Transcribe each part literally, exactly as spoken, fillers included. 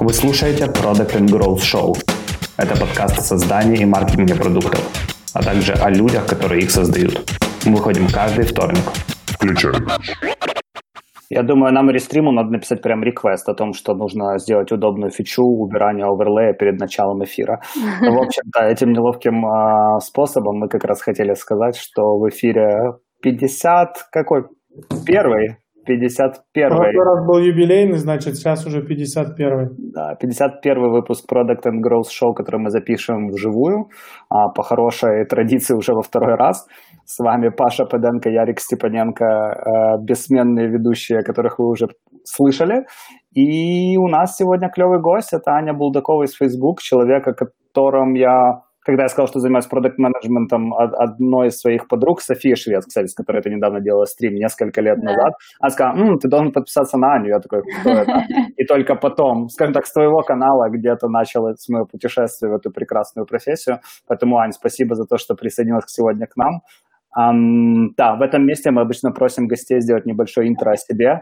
Вы слушаете Product and Growth Show. Это подкаст о создании и маркетинге продуктов, а также о людях, которые их создают. Мы выходим каждый вторник. Включай. Я думаю, нам рестриму надо написать прям реквест о том, что нужно сделать удобную фичу убирания оверлея перед началом эфира. В общем-то, этим неловким э, способом мы как раз хотели сказать, что в эфире пятьдесят какой? Первый? пятьдесят первый. Прошлый раз был юбилейный, значит, сейчас уже пятьдесят первый. Да, пятьдесят первый выпуск Product and Growth Show, который мы запишем вживую, а, по хорошей традиции уже во второй раз. С вами Паша Педенко, Ярик Степаненко, э, бессменные ведущие, которых вы уже слышали. И у нас сегодня клевый гость, это Аня Булдакова из Facebook, человека, которым я... Когда я сказал, что занимаюсь продакт-менеджментом одной из своих подруг, София Швец, кстати, с которой это недавно делала стрим несколько лет да. назад, она сказала, М, ты должен подписаться на Аню. Я такой, кто это? И только потом, скажем так, с твоего канала где-то начал мое путешествие в эту прекрасную профессию. Поэтому, Ань, спасибо за то, что присоединилась сегодня к нам. Um, да, в этом месте мы обычно просим гостей сделать небольшое интро о себе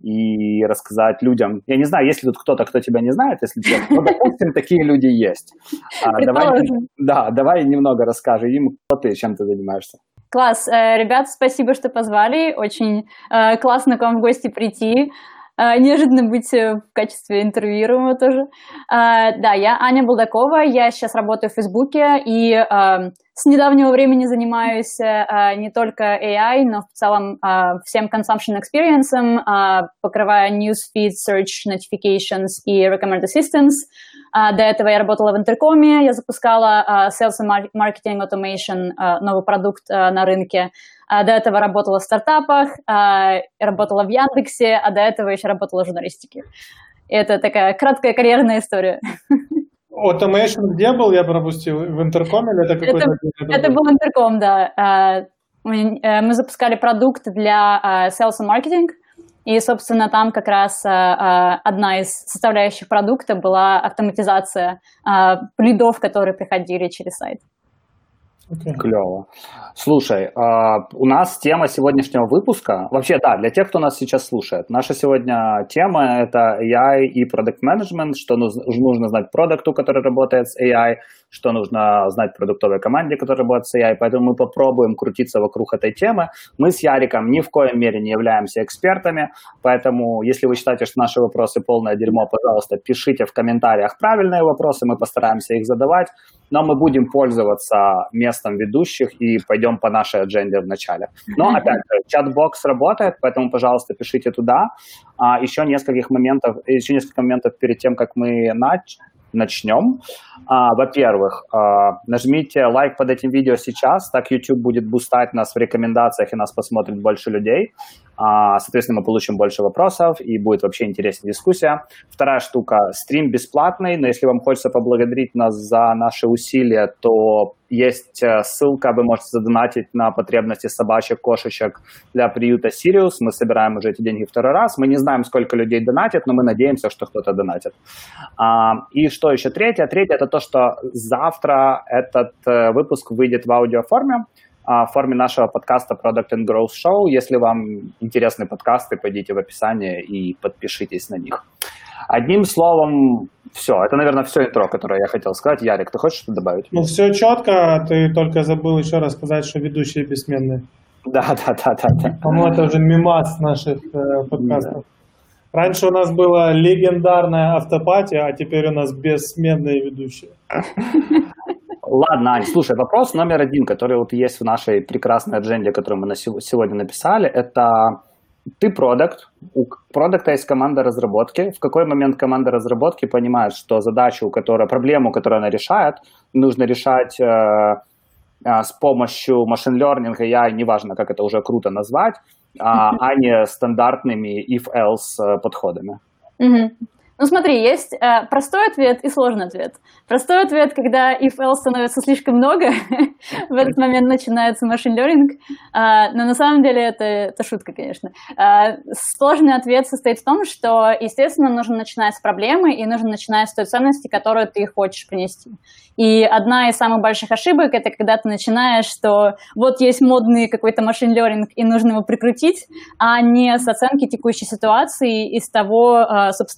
и рассказать людям. Я не знаю, есть ли тут кто-то, кто тебя не знает, если честно. Ну, допустим, такие люди есть. А, давай, да, давай немного расскажи им, кто ты, чем ты занимаешься. Класс. Ребят, спасибо, что позвали. Очень классно к вам в гости прийти. Неожиданно быть в качестве интервьюируемого тоже. Да, я Аня Булдакова, я сейчас работаю в Фейсбуке и с недавнего времени занимаюсь не только эй ай, но в целом всем consumption experience, покрывая newsfeed, search, notifications и recommend assistance. До этого я работала в Интеркоме, я запускала sales and marketing automation, новый продукт на рынке. До этого работала в стартапах, работала в Яндексе, а до этого еще работала в журналистике. Это такая краткая карьерная история. Automation где был, я пропустил? В Интеркоме или это какой-то... Это, это был Интерком, да. Мы, мы запускали продукт для sales and marketing, и, собственно, там как раз одна из составляющих продукта была автоматизация лидов, которые приходили через сайт. Okay. Клево. Слушай, uh, у нас тема сегодняшнего выпуска, вообще, да, для тех, кто нас сейчас слушает, наша сегодня тема – это эй ай и Product Management, что нужно знать продукту, который работает с эй ай, что нужно знать продуктовой команде, которая работает с эй ай, поэтому мы попробуем крутиться вокруг этой темы. Мы с Яриком ни в коем мере не являемся экспертами, поэтому, если вы считаете, что наши вопросы полное дерьмо, пожалуйста, пишите в комментариях правильные вопросы, мы постараемся их задавать, но мы будем пользоваться местом ведущих и пойдем по нашей адженде в начале. Но, опять же, чат-бокс работает, поэтому, пожалуйста, пишите туда. А, еще нескольких моментов, еще несколько моментов перед тем, как мы нач- начнем. А, во-первых, а, нажмите лайк под этим видео сейчас, так YouTube будет бустать нас в рекомендациях и нас посмотрит больше людей. А, соответственно, мы получим больше вопросов и будет вообще интереснее дискуссия. Вторая штука, стрим бесплатный, но если вам хочется поблагодарить нас за наши усилия, то есть ссылка, вы можете задонатить на потребности собачек, кошечек для приюта Sirius. Мы собираем уже эти деньги второй раз. Мы не знаем, сколько людей донатит, но мы надеемся, что кто-то донатит. А, и что еще третье? Третье – это то, что завтра этот выпуск выйдет в аудиоформе, в форме нашего подкаста Product and Growth Show. Если вам интересны подкасты, пойдите в описание и подпишитесь на них. Одним словом, все. Это, наверное, все интро, которое я хотел сказать. Ярик, ты хочешь что-то добавить? Ну, все четко. Ты только забыл еще раз сказать, что ведущие бессменные. Да, да, да, да. да. По-моему, это уже мемас наших э, подкастов. Да. Раньше у нас была легендарная автопатия, а теперь у нас бессменные ведущие. Ладно, Ань, слушай, вопрос номер один, который вот есть в нашей прекрасной адженде, которую мы на сегодня написали, это ты продакт, у продакта есть команда разработки. В какой момент команда разработки понимает, что задачу, которая, проблему, которую она решает, нужно решать э, э, с помощью машин learning, эй ай, неважно, как это уже круто назвать, а, а не стандартными if-else подходами? Mm-hmm. Ну смотри, есть э, простой ответ и сложный ответ. Простой ответ, когда if-else становится слишком много, в этот момент начинается machine learning, э, но на самом деле это, это шутка, конечно. Э, сложный ответ состоит в том, что, естественно, нужно начинать с проблемы и нужно начинать с той ценности, которую ты хочешь принести. И одна из самых больших ошибок – это когда ты начинаешь, что вот есть модный какой-то machine learning и нужно его прикрутить, а не с оценки текущей ситуации и с того, собственно, зачем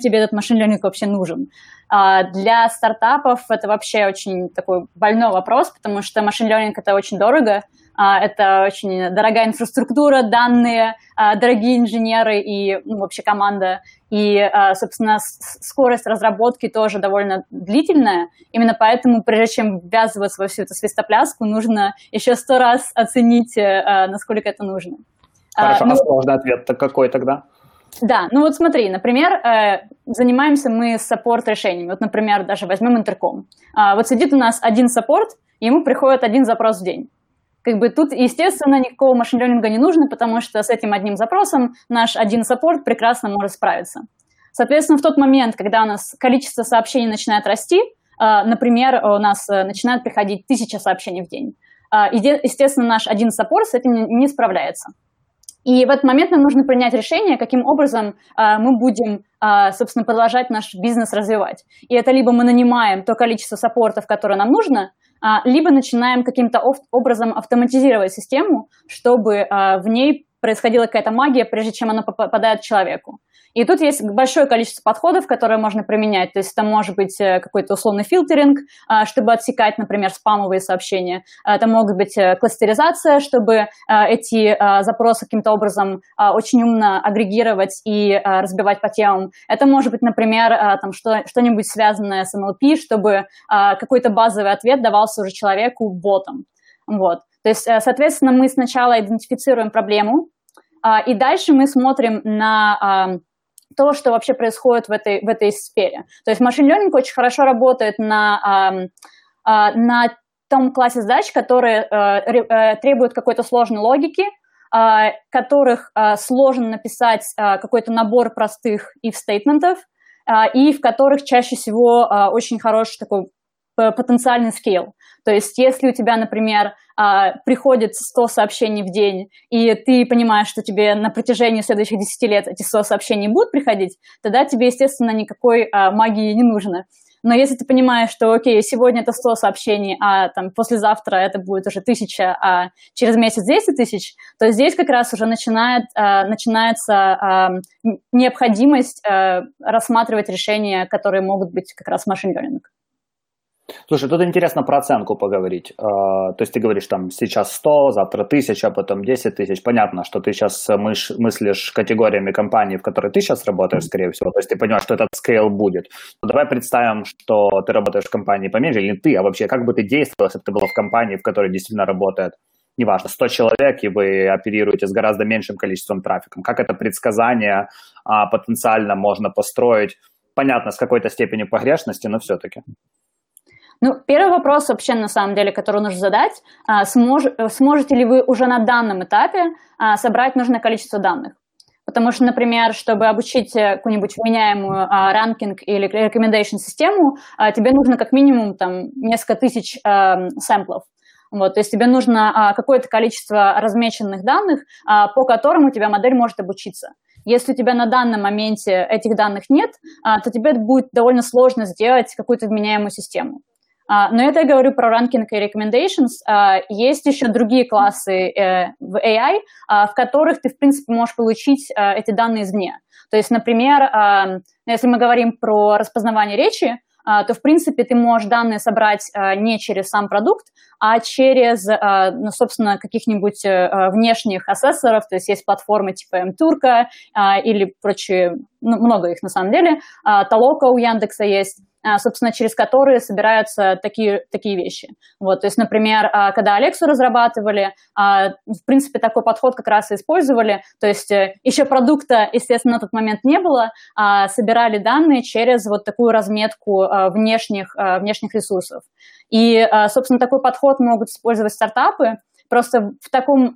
тебе этот машин learning вообще нужен? Для стартапов это вообще очень такой больной вопрос, потому что машин learning это очень дорого, это очень дорогая инфраструктура, данные, дорогие инженеры и ну, вообще команда. И, собственно, скорость разработки тоже довольно длительная. Именно поэтому, прежде чем ввязываться во всю эту свистопляску, нужно еще сто раз оценить, насколько это нужно. Хорошо, ну, а сложный ответ-то какой тогда? Да, ну вот смотри, например, занимаемся мы саппорт-решениями. Вот, например, даже возьмем интерком. Вот сидит у нас один саппорт, ему приходит один запрос в день. Как бы тут, естественно, никакого машин-лернинга не нужно, потому что с этим одним запросом наш один саппорт прекрасно может справиться. Соответственно, в тот момент, когда у нас количество сообщений начинает расти, например, у нас начинает приходить тысяча сообщений в день, естественно, наш один саппорт с этим не справляется. И в этот момент нам нужно принять решение, каким образом мы будем, собственно, продолжать наш бизнес развивать. И это либо мы нанимаем то количество саппортов, которое нам нужно, либо начинаем каким-то образом автоматизировать систему, чтобы в ней происходила какая-то магия, прежде чем она попадает к человеку. И тут есть большое количество подходов, которые можно применять. То есть это может быть какой-то условный фильтринг, чтобы отсекать, например, спамовые сообщения. Это может быть кластеризация, чтобы эти запросы каким-то образом очень умно агрегировать и разбивать по темам. Это может быть, например, там, что, что-нибудь связанное с эн эл пи, чтобы какой-то базовый ответ давался уже человеку ботом. Вот. То есть, соответственно, мы сначала идентифицируем проблему, и дальше мы смотрим на то, что вообще происходит в этой, в этой сфере. То есть машин learning очень хорошо работает на, на том классе задач, которые требуют какой-то сложной логики, которых сложно написать какой-то набор простых if-стейтментов, и в которых чаще всего очень хороший такой потенциальный скейл. То есть если у тебя, например, приходит сто сообщений в день, и ты понимаешь, что тебе на протяжении следующих десяти лет эти сто сообщений будут приходить, тогда тебе, естественно, никакой магии не нужно. Но если ты понимаешь, что, окей, сегодня это сто сообщений, а там, послезавтра это будет уже тысяча, а через месяц двести тысяч, то здесь как раз уже начинает, начинается необходимость рассматривать решения, которые могут быть как раз машин learning. Слушай, тут интересно про оценку поговорить. То есть ты говоришь, там, сейчас сто, завтра тысяча, потом десять тысяч. Понятно, что ты сейчас мыш, мыслишь категориями компаний, в которой ты сейчас работаешь, скорее всего. То есть ты понимаешь, что этот скейл будет. Но давай представим, что ты работаешь в компании поменьше, или не ты, а вообще как бы ты действовал, если бы ты была в компании, в которой действительно работает, неважно, сто человек, и вы оперируете с гораздо меньшим количеством трафика. Как это предсказание а, потенциально можно построить? Понятно, с какой-то степенью погрешности, но все-таки. Ну, первый вопрос вообще, на самом деле, который нужно задать, смож, сможете ли вы уже на данном этапе собрать нужное количество данных? Потому что, например, чтобы обучить какую-нибудь вменяемую ранкинг или recommendation систему, тебе нужно как минимум там, несколько тысяч сэмплов. Вот, то есть тебе нужно какое-то количество размеченных данных, по которым у тебя модель может обучиться. Если у тебя на данном моменте этих данных нет, то тебе будет довольно сложно сделать какую-то вменяемую систему. Но это я говорю про ranking и recommendations. Есть еще другие классы в эй ай, в которых ты, в принципе, можешь получить эти данные извне. То есть, например, если мы говорим про распознавание речи, то, в принципе, ты можешь данные собрать не через сам продукт, а через, ну, собственно, каких-нибудь внешних ассессоров. То есть есть платформы типа эм-турка или прочие, ну, много их на самом деле. Толока у Яндекса есть, собственно, через которые собираются такие, такие вещи. Вот, то есть, например, когда Алексу разрабатывали, в принципе, такой подход как раз и использовали. То есть еще продукта, естественно, на тот момент не было, а собирали данные через вот такую разметку внешних, внешних ресурсов. И, собственно, такой подход могут использовать стартапы. Просто в таком...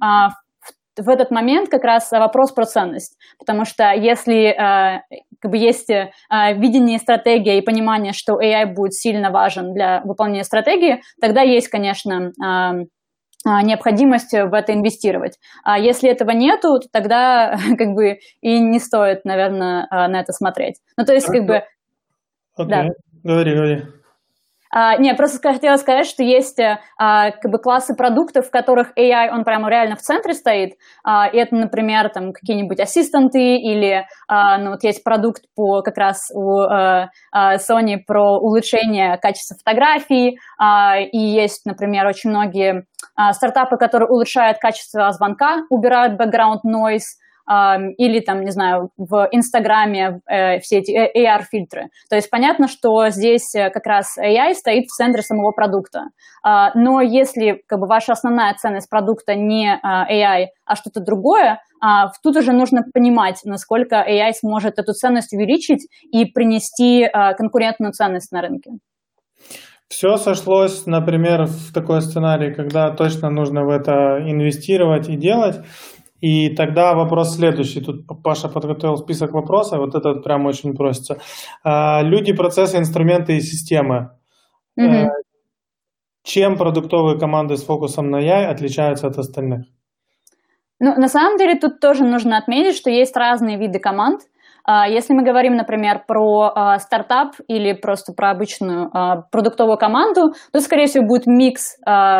в этот момент как раз вопрос про ценность, потому что если э, как бы есть э, видение, стратегия и понимание, что эй ай будет сильно важен для выполнения стратегии, тогда есть, конечно, э, необходимость в это инвестировать. А если этого нету, то тогда как бы и не стоит, наверное, на это смотреть. Ну, то есть, как бы... Окей, да. Говори, говори. А, не, просто хотела сказать, что есть а, как бы классы продуктов, в которых эй ай, он прямо реально в центре стоит. А, и это, например, там какие-нибудь ассистенты или а, ну, вот есть продукт по как раз у а, а, Sony про улучшение качества фотографий. А, и есть, например, очень многие а, стартапы, которые улучшают качество звонка, убирают background noise. Или там, не знаю, в Инстаграме э, все эти эй ар-фильтры. То есть понятно, что здесь как раз эй ай стоит в центре самого продукта. Uh, но если как бы ваша основная ценность продукта не uh, эй ай, а что-то другое, uh, тут уже нужно понимать, насколько эй ай сможет эту ценность увеличить и принести uh, конкурентную ценность на рынке. Все сошлось, например, в такой сценарий, когда точно нужно в это инвестировать и делать. И тогда вопрос следующий. Тут Паша подготовил список вопросов, вот этот прям очень просится. Люди, процессы, инструменты и системы. Mm-hmm. Чем продуктовые команды с фокусом на эй ай отличаются от остальных? Ну, на самом деле тут тоже нужно отметить, что есть разные виды команд. Если мы говорим, например, про стартап или просто про обычную продуктовую команду, то, скорее всего, будет микс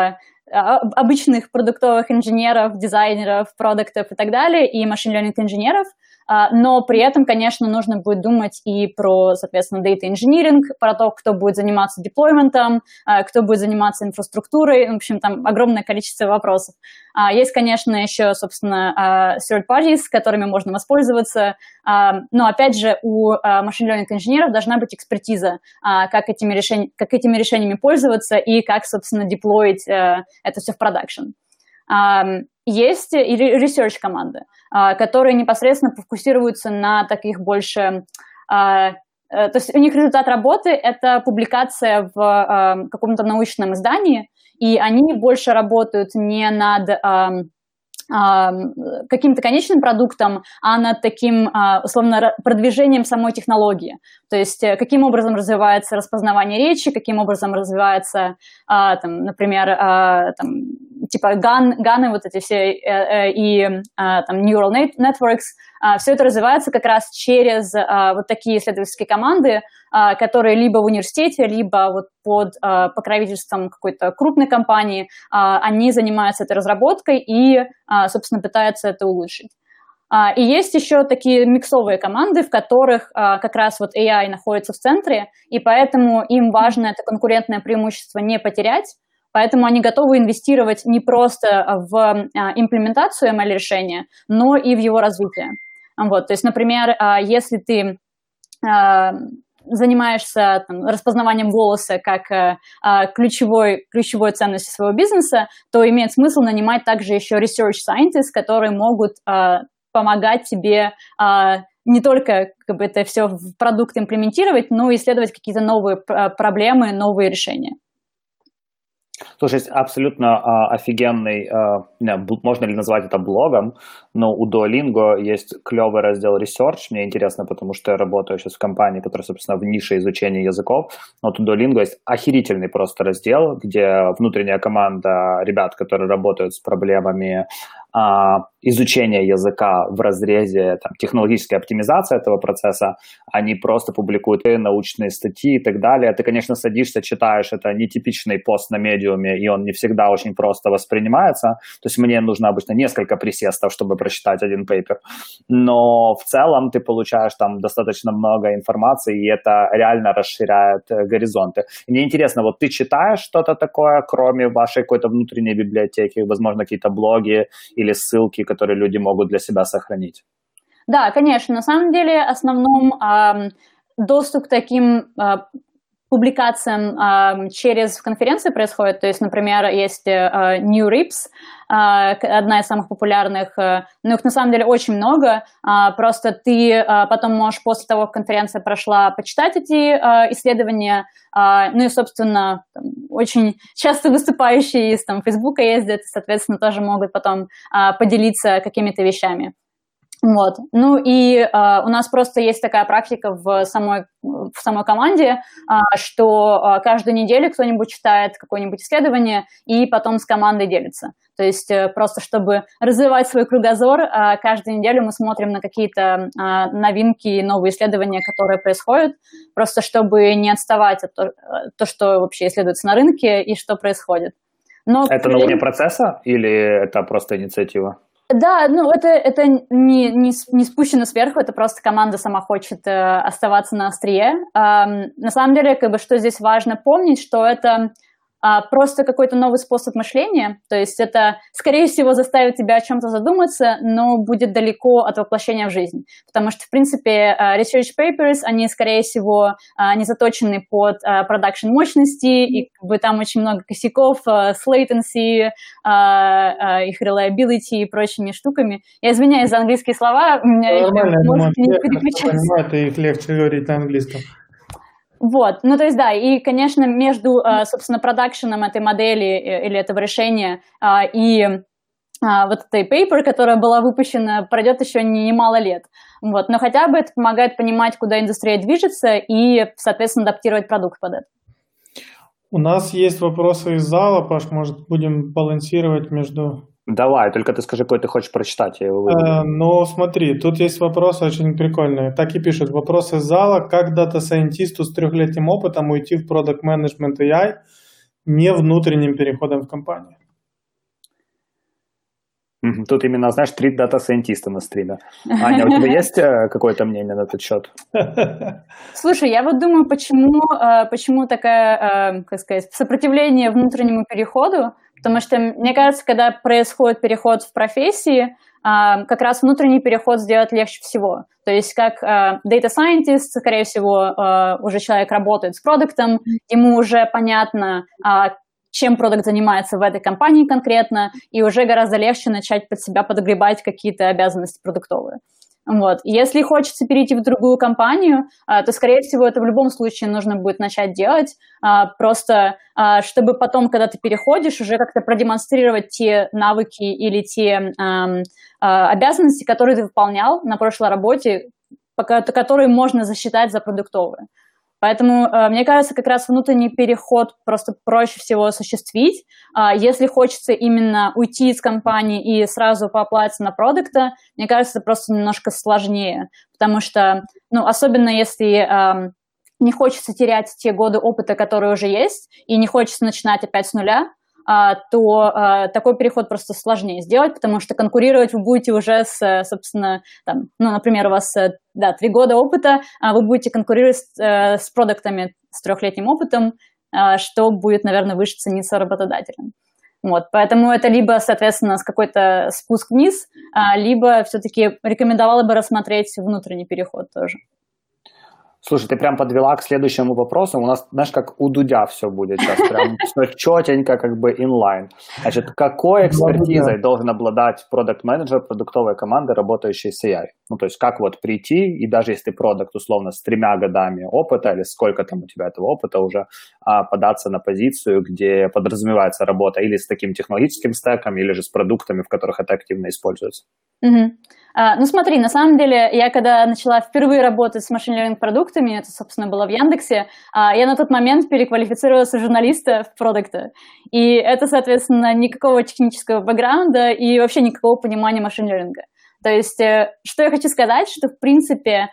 обычных продуктовых инженеров, дизайнеров, продуктов и так далее, и машин learning инженеров, но при этом, конечно, нужно будет думать и про, соответственно, data engineering, про то, кто будет заниматься деплойментом, кто будет заниматься инфраструктурой, в общем, там огромное количество вопросов. Есть, конечно, еще, собственно, third parties, которыми можно воспользоваться, но, опять же, у машин learning инженеров должна быть экспертиза, как этими, решень... как этими решениями пользоваться и как, собственно, деплоить это все в продакшн. Есть и research команды, которые непосредственно фокусируются на таких больше... То есть у них результат работы – это публикация в каком-то научном издании, и они больше работают не над каким-то конечным продуктом, а над таким, условно, продвижением самой технологии. То есть каким образом развивается распознавание речи, каким образом развивается, там, например, там, типа ган, ганы, вот эти все, и там, neural networks, все это развивается как раз через вот такие исследовательские команды, которые либо в университете, либо вот под покровительством какой-то крупной компании, они занимаются этой разработкой и, собственно, пытаются это улучшить. И есть еще такие миксовые команды, в которых как раз вот эй ай находится в центре, и поэтому им важно это конкурентное преимущество не потерять, поэтому они готовы инвестировать не просто в имплементацию эм эл-решения, но и в его развитие. Вот, то есть, например, если ты занимаешься там, распознаванием голоса как э, ключевой, ключевой ценностью своего бизнеса, то имеет смысл нанимать также еще research scientists, которые могут э, помогать тебе э, не только как бы, это все в продукт имплементировать, но и исследовать какие-то новые проблемы, новые решения. Слушай, абсолютно э, офигенный, э, не, можно ли назвать это блогом, но у Duolingo есть клевый раздел Research, мне интересно, потому что я работаю сейчас в компании, которая, собственно, в нише изучения языков, но вот у Duolingo есть охерительный просто раздел, где внутренняя команда ребят, которые работают с проблемами э, изучения языка в разрезе там, технологической оптимизации этого процесса, они просто публикуют научные статьи и так далее. Ты, конечно, садишься, читаешь, это нетипичный пост на медиуме, и он не всегда очень просто воспринимается. То есть мне нужно обычно несколько присестов, чтобы прочитать один пейпер. Но в целом ты получаешь там достаточно много информации, и это реально расширяет горизонты. И мне интересно, вот ты читаешь что-то такое, кроме вашей какой-то внутренней библиотеки, возможно, какие-то блоги или ссылки, которые люди могут для себя сохранить? Да, конечно. На самом деле, основном э, доступ к таким э, публикациям э, через конференции происходит. То есть, например, есть э, New Rips, э, одна из самых популярных, э, но их на самом деле очень много. Э, просто ты э, потом можешь после того, как конференция прошла, почитать эти э, исследования. Э, ну и, собственно, там, очень часто выступающие из там, Фейсбука ездят, соответственно, тоже могут потом э, поделиться какими-то вещами. Вот. Ну и э, у нас просто есть такая практика в самой, в самой команде, э, что э, каждую неделю кто-нибудь читает какое-нибудь исследование и потом с командой делится. То есть э, просто чтобы развивать свой кругозор, э, каждую неделю мы смотрим на какие-то э, новинки, новые исследования, которые происходят, просто чтобы не отставать от того, то, что вообще исследуется на рынке и что происходит. Но, это на уровне процесса или это просто инициатива? Да, ну это, это не, не, не спущено сверху, это просто команда сама хочет э, оставаться на острие. Э, на самом деле, как бы, что здесь важно помнить, что это э, просто какой-то новый способ мышления, то есть это, скорее всего, заставит тебя о чем-то задуматься, но будет далеко от воплощения в жизнь, потому что, в принципе, э, research papers, они, скорее всего, э, не заточены под э, продакшн мощности, и как бы, там очень много косяков э, с latency, их reliability и прочими штуками. Я извиняюсь за английские слова, у меня еще мозг не переключается. Понимаю, это их легче говорить на английском. Вот, ну то есть да, и, конечно, между, собственно, продакшеном этой модели или этого решения и вот этой paper, которая была выпущена, пройдет еще немало лет. Вот, но хотя бы это помогает понимать, куда индустрия движется и, соответственно, адаптировать продукт под это. У нас есть вопросы из зала, Паш, может, будем балансировать между... Давай, только ты скажи, какой ты хочешь прочитать, я его выберу. Э, ну, смотри, тут есть вопросы очень прикольные. Так и пишут, вопросы из зала, как дата-сайентисту с трехлетним опытом уйти в Product Management эй ай не внутренним переходом в компанию? Тут именно, знаешь, три дата-сайентиста на стриме. Аня, у тебя есть какое-то мнение на этот счет? Слушай, я вот думаю, почему, почему такое, как сказать, сопротивление внутреннему переходу, потому что, мне кажется, когда происходит переход в профессии, как раз внутренний переход сделать легче всего. То есть как data scientist, скорее всего, уже человек работает с продуктом, ему уже понятно, чем продукт занимается в этой компании конкретно, и уже гораздо легче начать под себя подгребать какие-то обязанности продуктовые. Вот. Если хочется перейти в другую компанию, то, скорее всего, это в любом случае нужно будет начать делать, просто чтобы потом, когда ты переходишь, уже как-то продемонстрировать те навыки или те обязанности, которые ты выполнял на прошлой работе, которые можно засчитать за продуктовые. Поэтому, мне кажется, как раз внутренний переход просто проще всего осуществить. Если хочется именно уйти из компании и сразу поплатиться на продукта, мне кажется, это просто немножко сложнее, потому что, ну, особенно если не хочется терять те годы опыта, которые уже есть, и не хочется начинать опять с нуля, то такой переход просто сложнее сделать, потому что конкурировать вы будете уже с, собственно, там, ну, например, у вас, да, три года опыта, вы будете конкурировать с, с продуктами с трехлетним опытом, что будет, наверное, выше цениться работодателем. Вот, поэтому это либо, соответственно, с какой-то спуск вниз, либо все-таки рекомендовала бы рассмотреть внутренний переход тоже. Слушай, ты прям подвела к следующему вопросу. У нас, знаешь, как у Дудя все будет сейчас, прям все четенько, как бы инлайн. Значит, какой экспертизой должен обладать продакт-менеджер продуктовой команды, работающей с эй ай? Ну, то есть, как вот прийти, и даже если продукт, условно, с тремя годами опыта, или сколько там у тебя этого опыта уже, а, податься на позицию, где подразумевается работа или с таким технологическим стеком, или же с продуктами, в которых это активно используется? Угу. А, ну смотри, на самом деле, я когда начала впервые работать с машин-лернинг продуктами, это, собственно, было в Яндексе, а, я на тот момент переквалифицировалась с журналиста в продукта. И это, соответственно, никакого технического бэкграунда и вообще никакого понимания машин-лернинга. То есть, что я хочу сказать, что, в принципе,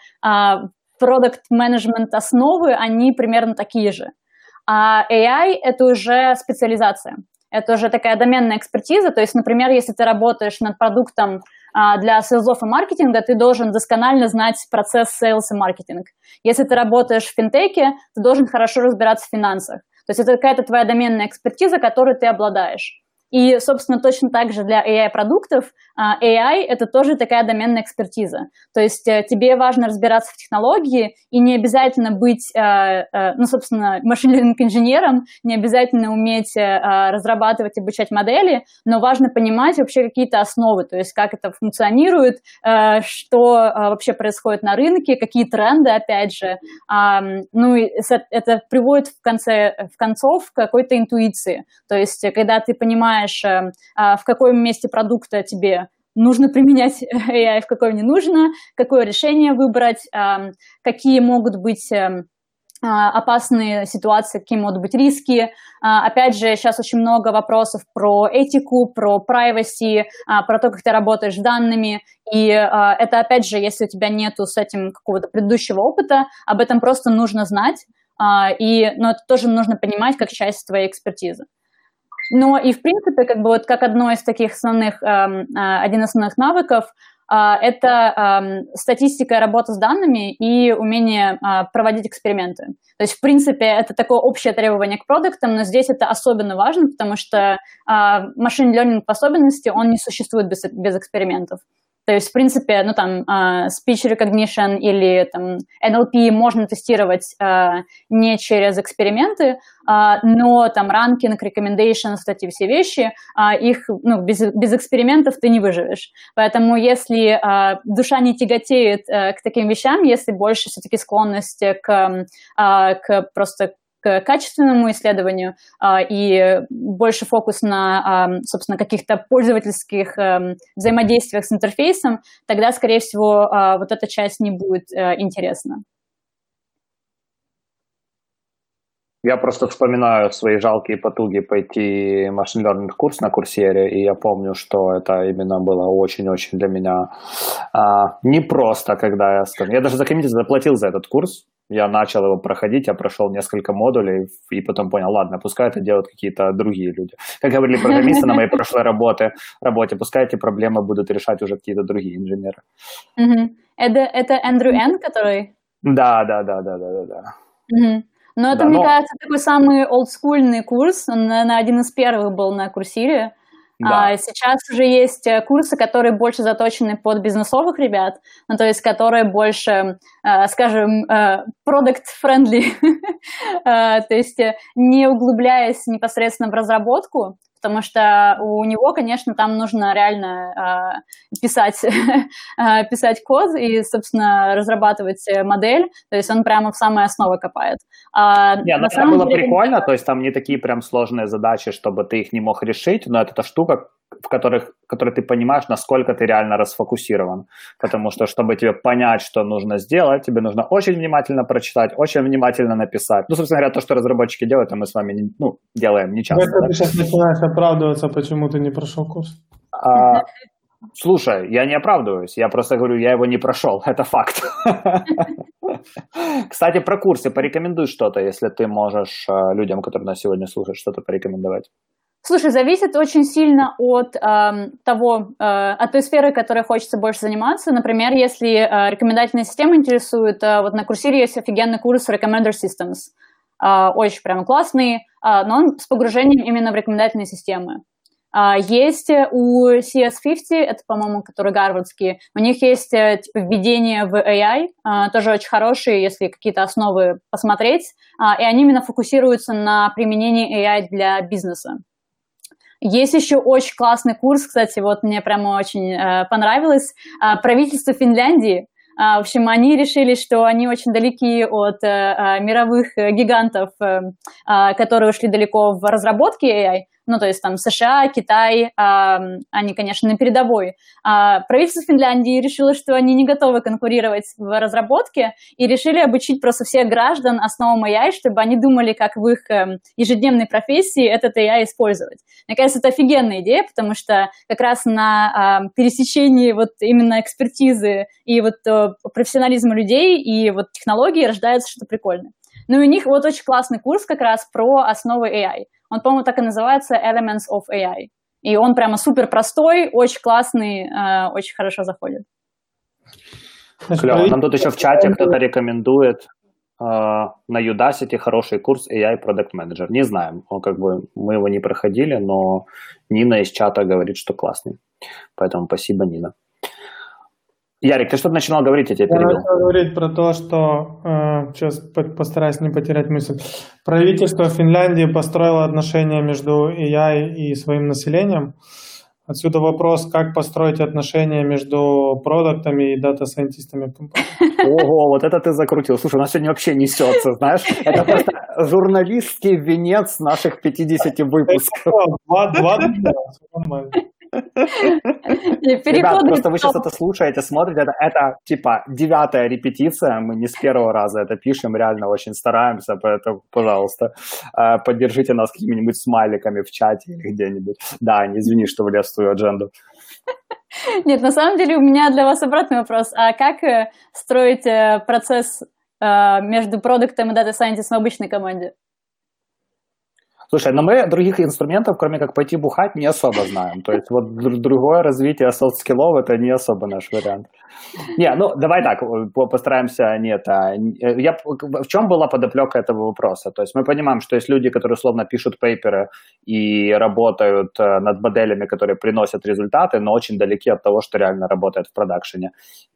продакт-менеджмент основы, они примерно такие же. А эй ай – это уже специализация. Это уже такая доменная экспертиза. То есть, например, если ты работаешь над продуктом для сейлзов и маркетинга, ты должен досконально знать процесс сейлс и маркетинг. Если ты работаешь в финтеке, ты должен хорошо разбираться в финансах. То есть это какая-то твоя доменная экспертиза, которой ты обладаешь. И, собственно, точно так же для эй ай-продуктов эй ай – это тоже такая доменная экспертиза. То есть тебе важно разбираться в технологии и не обязательно быть, ну, собственно, машин-лернинг-инженером, не обязательно уметь разрабатывать и обучать модели, но важно понимать вообще какие-то основы, то есть как это функционирует, что вообще происходит на рынке, какие тренды, опять же. Ну, и это приводит в конце, в концов к какой-то интуиции. То есть когда ты понимаешь, в каком месте продукта тебе нужно применять эй ай, в какой не нужно, какое решение выбрать, какие могут быть опасные ситуации, какие могут быть риски. Опять же, сейчас очень много вопросов про этику, про privacy, про то, как ты работаешь с данными. И это, опять же, если у тебя нету с этим какого-то предыдущего опыта, об этом просто нужно знать. И, но это тоже нужно понимать как часть твоей экспертизы. Но и, в принципе, как бы вот как одно из таких основных, один из основных навыков, это статистика, работа с данными и умение проводить эксперименты. То есть, в принципе, это такое общее требование к продуктам, но здесь это особенно важно, потому что machine learning по особенности, он не существует без, без экспериментов. То есть, в принципе, ну там uh, speech recognition или там эн эл пи можно тестировать uh, не через эксперименты, uh, но там ранкинг, recommendations, эти все вещи, uh, их ну, без, без экспериментов ты не выживешь. Поэтому если uh, душа не тяготеет uh, к таким вещам, если больше все-таки склонность к, uh, к просто к качественному исследованию а, и больше фокус на, а, собственно, каких-то пользовательских а, взаимодействиях с интерфейсом, тогда, скорее всего, а, вот эта часть не будет а, интересна. Я просто вспоминаю свои жалкие потуги пойти машин learning курс на Курсере, и я помню, что это именно было очень-очень для меня а, непросто, когда я... Я даже за комьюнити заплатил за этот курс. Я начал его проходить, я прошел несколько модулей, и потом понял, ладно, пускай это делают какие-то другие люди. Как говорили программисты на моей прошлой работе, работе, пускай эти проблемы будут решать уже какие-то другие инженеры. Mm-hmm. Это, это Эндрю Н, который? Да, да, да, да, да, да. Mm-hmm. Но это, да, мне но... кажется, такой самый олдскульный курс, он, наверное, один из первых был на Курсере. Да. А сейчас уже есть курсы, которые больше заточены под бизнесовых ребят, ну, то есть которые больше, э, скажем, э, product-friendly, то есть не углубляясь непосредственно в разработку, потому что у него, конечно, там нужно реально э, писать, э, писать код и, собственно, разрабатывать модель, то есть он прямо в самые основы копает. А, не, ну это было деле... прикольно, то есть там не такие прям сложные задачи, чтобы ты их не мог решить, но это та штука, в которых, в которой ты понимаешь, насколько ты реально расфокусирован, потому что, чтобы тебе понять, что нужно сделать, тебе нужно очень внимательно прочитать, очень внимательно написать. Ну, собственно говоря, то, что разработчики делают, а мы с вами ну, делаем не часто. Да? Ты сейчас начинаешь оправдываться, почему ты не прошел курс. А, слушай, я не оправдываюсь, я просто говорю, я его не прошел, это факт. Кстати, про курсы порекомендуй что-то, если ты можешь людям, которые нас сегодня слушают, что-то порекомендовать. Слушай, зависит очень сильно от э, того, э, от той сферы, которой хочется больше заниматься. Например, если э, рекомендательная система интересует, э, вот на Курсере есть офигенный курс Recommender Systems, э, очень прям классный, э, но он с погружением именно в рекомендательные системы. Uh, есть у си эс пятьдесят, это, по-моему, который гарвардский, у них есть типа введение в эй ай, uh, тоже очень хорошие, если какие-то основы посмотреть, uh, и они именно фокусируются на применении эй ай для бизнеса. Есть еще очень классный курс, кстати, вот мне прямо очень uh, понравилось, uh, правительство Финляндии. Uh, в общем, они решили, что они очень далеки от uh, мировых гигантов, uh, uh, которые ушли далеко в разработке эй ай. Ну, то есть там США, Китай, а, они, конечно, на передовой. А правительство Финляндии решило, что они не готовы конкурировать в разработке и решили обучить просто всех граждан основам эй ай, чтобы они думали, как в их ежедневной профессии этот эй ай использовать. Мне кажется, это офигенная идея, потому что как раз на а, пересечении вот именно экспертизы и вот а, профессионализма людей и вот технологий рождается что-то прикольное. Ну и у них вот очень классный курс как раз про основы эй ай. Он, по-моему, так и называется Elements of эй ай. И он прямо супер простой, очень классный, э, очень хорошо заходит. Клево. Нам тут еще в чате кто-то рекомендует э, на Udacity хороший курс эй ай Product Manager. Не знаем, он, как бы, мы его не проходили, но Нина из чата говорит, что классный. Поэтому спасибо, Нина. Ярик, ты что-то начинал говорить, я тебя перебил. Я начал говорить про то, что, э, сейчас постараюсь не потерять мысль, правительство Финляндии построило отношения между эй ай и своим населением. Отсюда вопрос, как построить отношения между продуктами и дата-сайентистами в компании. Ого, вот это ты закрутил. Слушай, у нас сегодня вообще несется, знаешь. Это просто журналистский венец наших пятидесяти выпусков. Два, два, два, нормально. Ребят, просто вы сейчас это слушаете, смотрите, это, это типа девятая репетиция, мы не с первого раза это пишем, реально очень стараемся, поэтому, пожалуйста, поддержите нас какими-нибудь смайликами в чате или где-нибудь. Да, не извини, что влез в твою адженду. Нет, на самом деле у меня для вас обратный вопрос. А как строить процесс между продуктом и дата-сайентистом в обычной команде? Слушай, но мы других инструментов, кроме как пойти бухать, не особо знаем. То есть вот другое развитие софт-скиллов – это не особо наш вариант. Не, ну давай так, постараемся не это. Я, в чем была подоплека этого вопроса? То есть мы понимаем, что есть люди, которые условно пишут пейперы и работают над моделями, которые приносят результаты, но очень далеки от того, что реально работает в продакшене.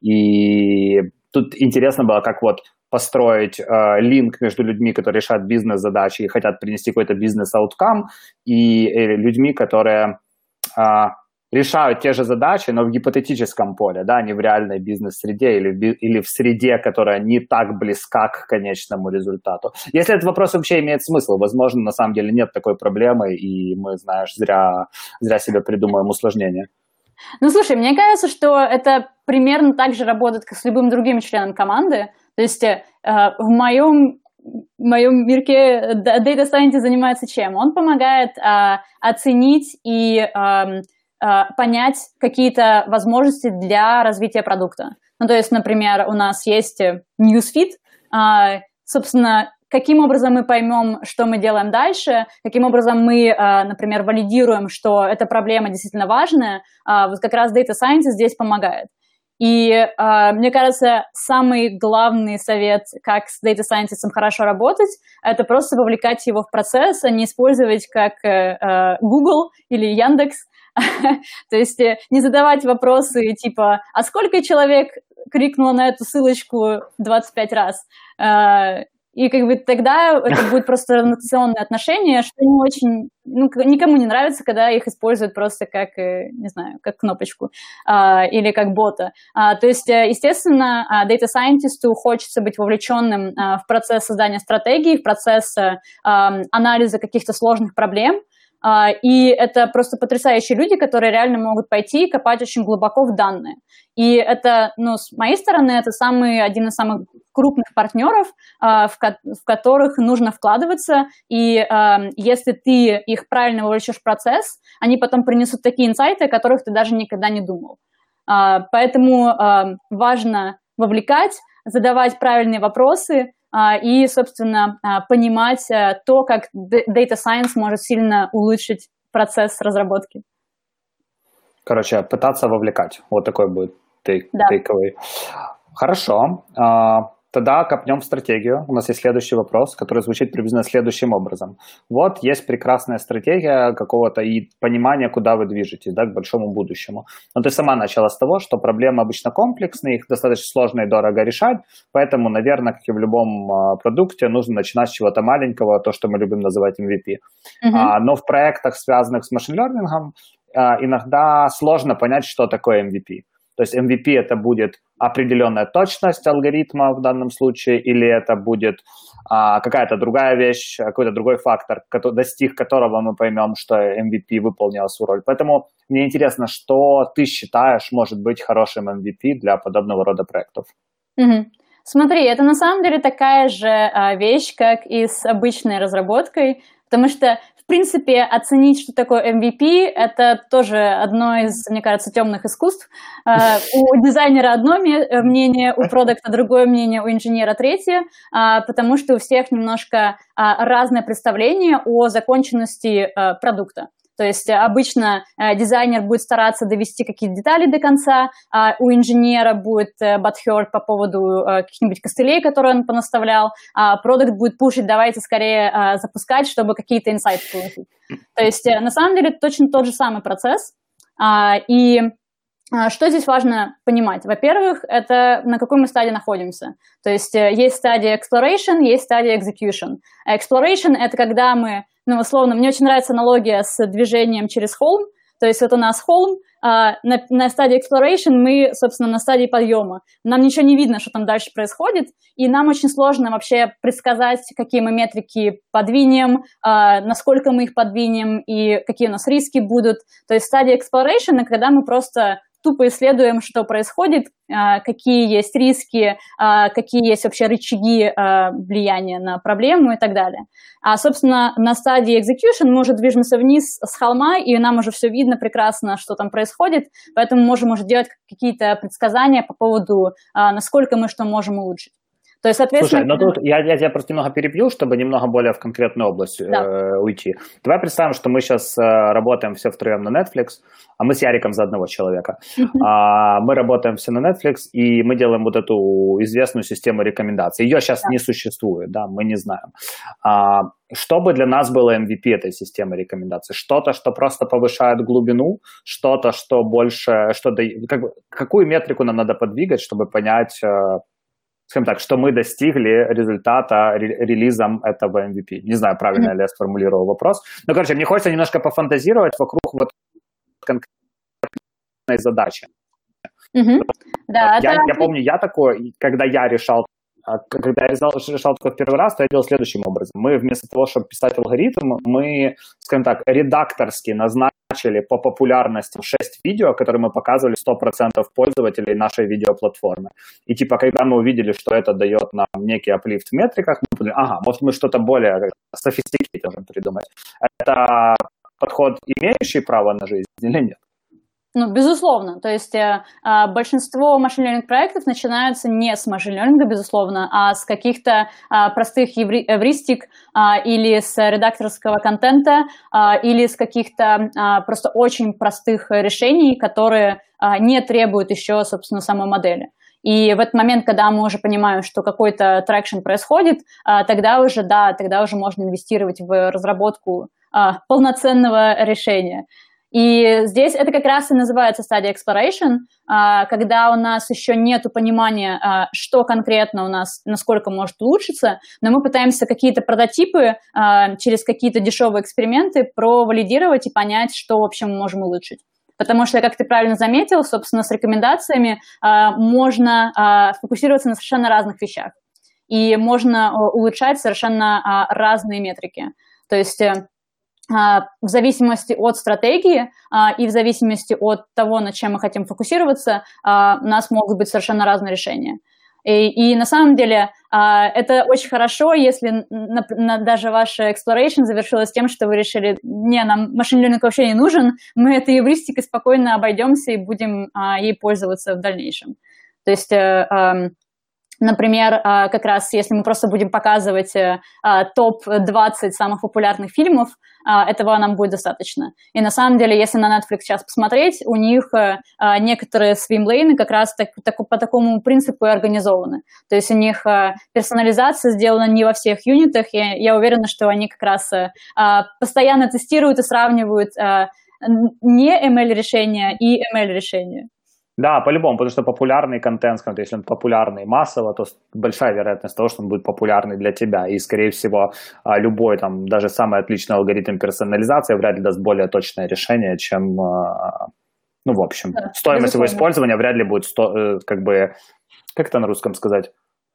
И тут интересно было, как вот построить э, линк между людьми, которые решают бизнес-задачи и хотят принести какой-то бизнес-ауткам, и э, людьми, которые э, решают те же задачи, но в гипотетическом поле, да, не в реальной бизнес-среде или в, или в среде, которая не так близка к конечному результату. Если этот вопрос вообще имеет смысл, возможно, на самом деле нет такой проблемы, и мы, знаешь, зря, зря себе придумаем усложнения. Ну, слушай, мне кажется, что это примерно так же работает, как с любым другим членом команды. То есть э, в моем, в моем мирке Data Scientist занимается чем? Он помогает э, оценить и э, э, понять какие-то возможности для развития продукта. Ну, то есть, например, у нас есть Newsfeed, э, собственно, каким образом мы поймем, что мы делаем дальше, каким образом мы, например, валидируем, что эта проблема действительно важная, вот как раз Data Scientist здесь помогает. И мне кажется, самый главный совет, как с Data Scientist хорошо работать, это просто вовлекать его в процесс, а не использовать как Google или Яндекс. То есть не задавать вопросы типа «А сколько человек кликнуло на эту ссылочку двадцать пять раз?» И как бы тогда это будет просто равноценное отношение, что не очень, ну, никому не нравится, когда их используют просто как, не знаю, как кнопочку а, или как бота. А, то есть, естественно, Data Scientist хочется быть вовлеченным а, в процесс создания стратегии, в процесс а, анализа каких-то сложных проблем. А, и это просто потрясающие люди, которые реально могут пойти и копать очень глубоко в данные. И это, ну, с моей стороны, это самый, один из самых крупных партнеров, а, в, ко- в которых нужно вкладываться. И а, если ты их правильно вовлечешь в процесс, они потом принесут такие инсайты, о которых ты даже никогда не думал. А, поэтому а, важно вовлекать, задавать правильные вопросы, и, собственно, понимать то, как Data Science может сильно улучшить процесс разработки. Короче, пытаться вовлекать. Вот такой будет takeaway. Да. Хорошо. Тогда копнем в стратегию. У нас есть следующий вопрос, который звучит приблизительно следующим образом. Вот есть прекрасная стратегия какого-то и понимания, куда вы движетесь, да, к большому будущему. Но ты сама начала с того, что проблемы обычно комплексные, их достаточно сложно и дорого решать, поэтому, наверное, как и в любом продукте, нужно начинать с чего-то маленького, то, что мы любим называть эм ви пи. Uh-huh. А, но в проектах, связанных с машин-лернингом, иногда сложно понять, что такое эм ви пи. То есть эм ви пи это будет определенная точность алгоритма в данном случае, или это будет а, какая-то другая вещь, какой-то другой фактор, который, достиг которого мы поймем, что эм ви пи выполнил свою роль. Поэтому мне интересно, что ты считаешь может быть хорошим эм ви пи для подобного рода проектов? Mm-hmm. Смотри, это на самом деле такая же а, вещь, как и с обычной разработкой, потому что в принципе, оценить, что такое эм ви пи, это тоже одно из, мне кажется, темных искусств. У дизайнера одно мнение, у продакта другое мнение, у инженера третье, потому что у всех немножко разное представление о законченности продукта. То есть обычно э, дизайнер будет стараться довести какие-то детали до конца, а у инженера будет э, butthurt по поводу э, каких-нибудь костылей, которые он понаставлял, а продакт будет пушить, давайте скорее э, запускать, чтобы какие-то инсайты получить. То есть э, на самом деле точно тот же самый процесс. А, и а, что здесь важно понимать? Во-первых, это на какой мы стадии находимся. То есть э, есть стадия exploration, есть стадия execution. Exploration – это когда мы... Ну, условно, мне очень нравится аналогия с движением через холм. То есть вот у нас холм, на, на стадии exploration мы, собственно, на стадии подъема. Нам ничего не видно, что там дальше происходит, и нам очень сложно вообще предсказать, какие мы метрики подвинем, насколько мы их подвинем и какие у нас риски будут. То есть стадия exploration, когда мы просто тупо исследуем, что происходит, какие есть риски, какие есть вообще рычаги влияния на проблему и так далее. А, собственно, на стадии execution мы уже движемся вниз с холма, и нам уже все видно прекрасно, что там происходит, поэтому мы можем уже делать какие-то предсказания по поводу, насколько мы что можем улучшить. То есть, соответственно... Слушай, ну тут я, я тебя просто немного перебью, чтобы немного более в конкретную область да. э, уйти. Давай представим, что мы сейчас э, работаем все втроем на Netflix, а мы с Яриком за одного человека. Uh-huh. А, мы работаем все на Netflix, и мы делаем вот эту известную систему рекомендаций. Ее сейчас да. не существует, да, мы не знаем. А, что бы для нас было эм ви пи этой системы рекомендаций? Что-то, что просто повышает глубину, что-то, что больше... Что да, как бы, какую метрику нам надо подвигать, чтобы понять... Э, скажем так, что мы достигли результата релизом этого эм ви пи. Не знаю, правильно mm-hmm. ли я сформулировал вопрос. Но, короче, мне хочется немножко пофантазировать вокруг вот конкретной задачи. Mm-hmm. Да, я, это... я помню, я такой, когда я решал, когда я решал, решал такой в первый раз, то я делал следующим образом. Мы вместо того, чтобы писать алгоритм, мы, скажем так, редакторски назначили по популярности шесть видео, которые мы показывали сто процентов пользователей нашей видеоплатформы. И типа, когда мы увидели, что это дает нам некий аплифт в метриках, мы подумали, ага, может мы что-то более софистикированное можем придумать. Это подход, имеющий право на жизнь или нет? Ну, безусловно. То есть э, большинство машин-лернинг проектов начинаются не с машин-лернинга, безусловно, а с каких-то э, простых еври- эвристик э, или с редакторского контента, э, или с каких-то э, просто очень простых решений, которые э, не требуют еще, собственно, самой модели. И в этот момент, когда мы уже понимаем, что какой-то трекшн происходит, э, тогда уже, да, тогда уже можно инвестировать в разработку э, полноценного решения. И здесь это как раз и называется стадия exploration, когда у нас еще нет понимания, что конкретно у нас, насколько может улучшиться, но мы пытаемся какие-то прототипы через какие-то дешевые эксперименты провалидировать и понять, что вообще мы можем улучшить. Потому что, как ты правильно заметил, собственно, с рекомендациями можно фокусироваться на совершенно разных вещах. И можно улучшать совершенно разные метрики. То есть... в зависимости от стратегии и в зависимости от того, над чем мы хотим фокусироваться, у нас могут быть совершенно разные решения. И, и на самом деле это очень хорошо, если на, на, даже ваш exploration завершилось тем, что вы решили, не, нам машин-лернинг вообще не нужен, мы этой эвристикой спокойно обойдемся и будем ей пользоваться в дальнейшем. То есть... Например, как раз если мы просто будем показывать топ двадцать самых популярных фильмов, этого нам будет достаточно. И на самом деле, если на Netflix сейчас посмотреть, у них некоторые свимлейны как раз так, так, по такому принципу и организованы. То есть у них персонализация сделана не во всех юнитах, и я уверена, что они как раз постоянно тестируют и сравнивают не эм эл-решения и эм эл-решения. Да, по-любому, потому что популярный контент, если он популярный массово, то большая вероятность того, что он будет популярный для тебя. И, скорее всего, любой, там, даже самый отличный алгоритм персонализации вряд ли даст более точное решение, чем, ну, в общем, да, стоимость его использования вряд ли будет, сто, как бы, как это на русском сказать,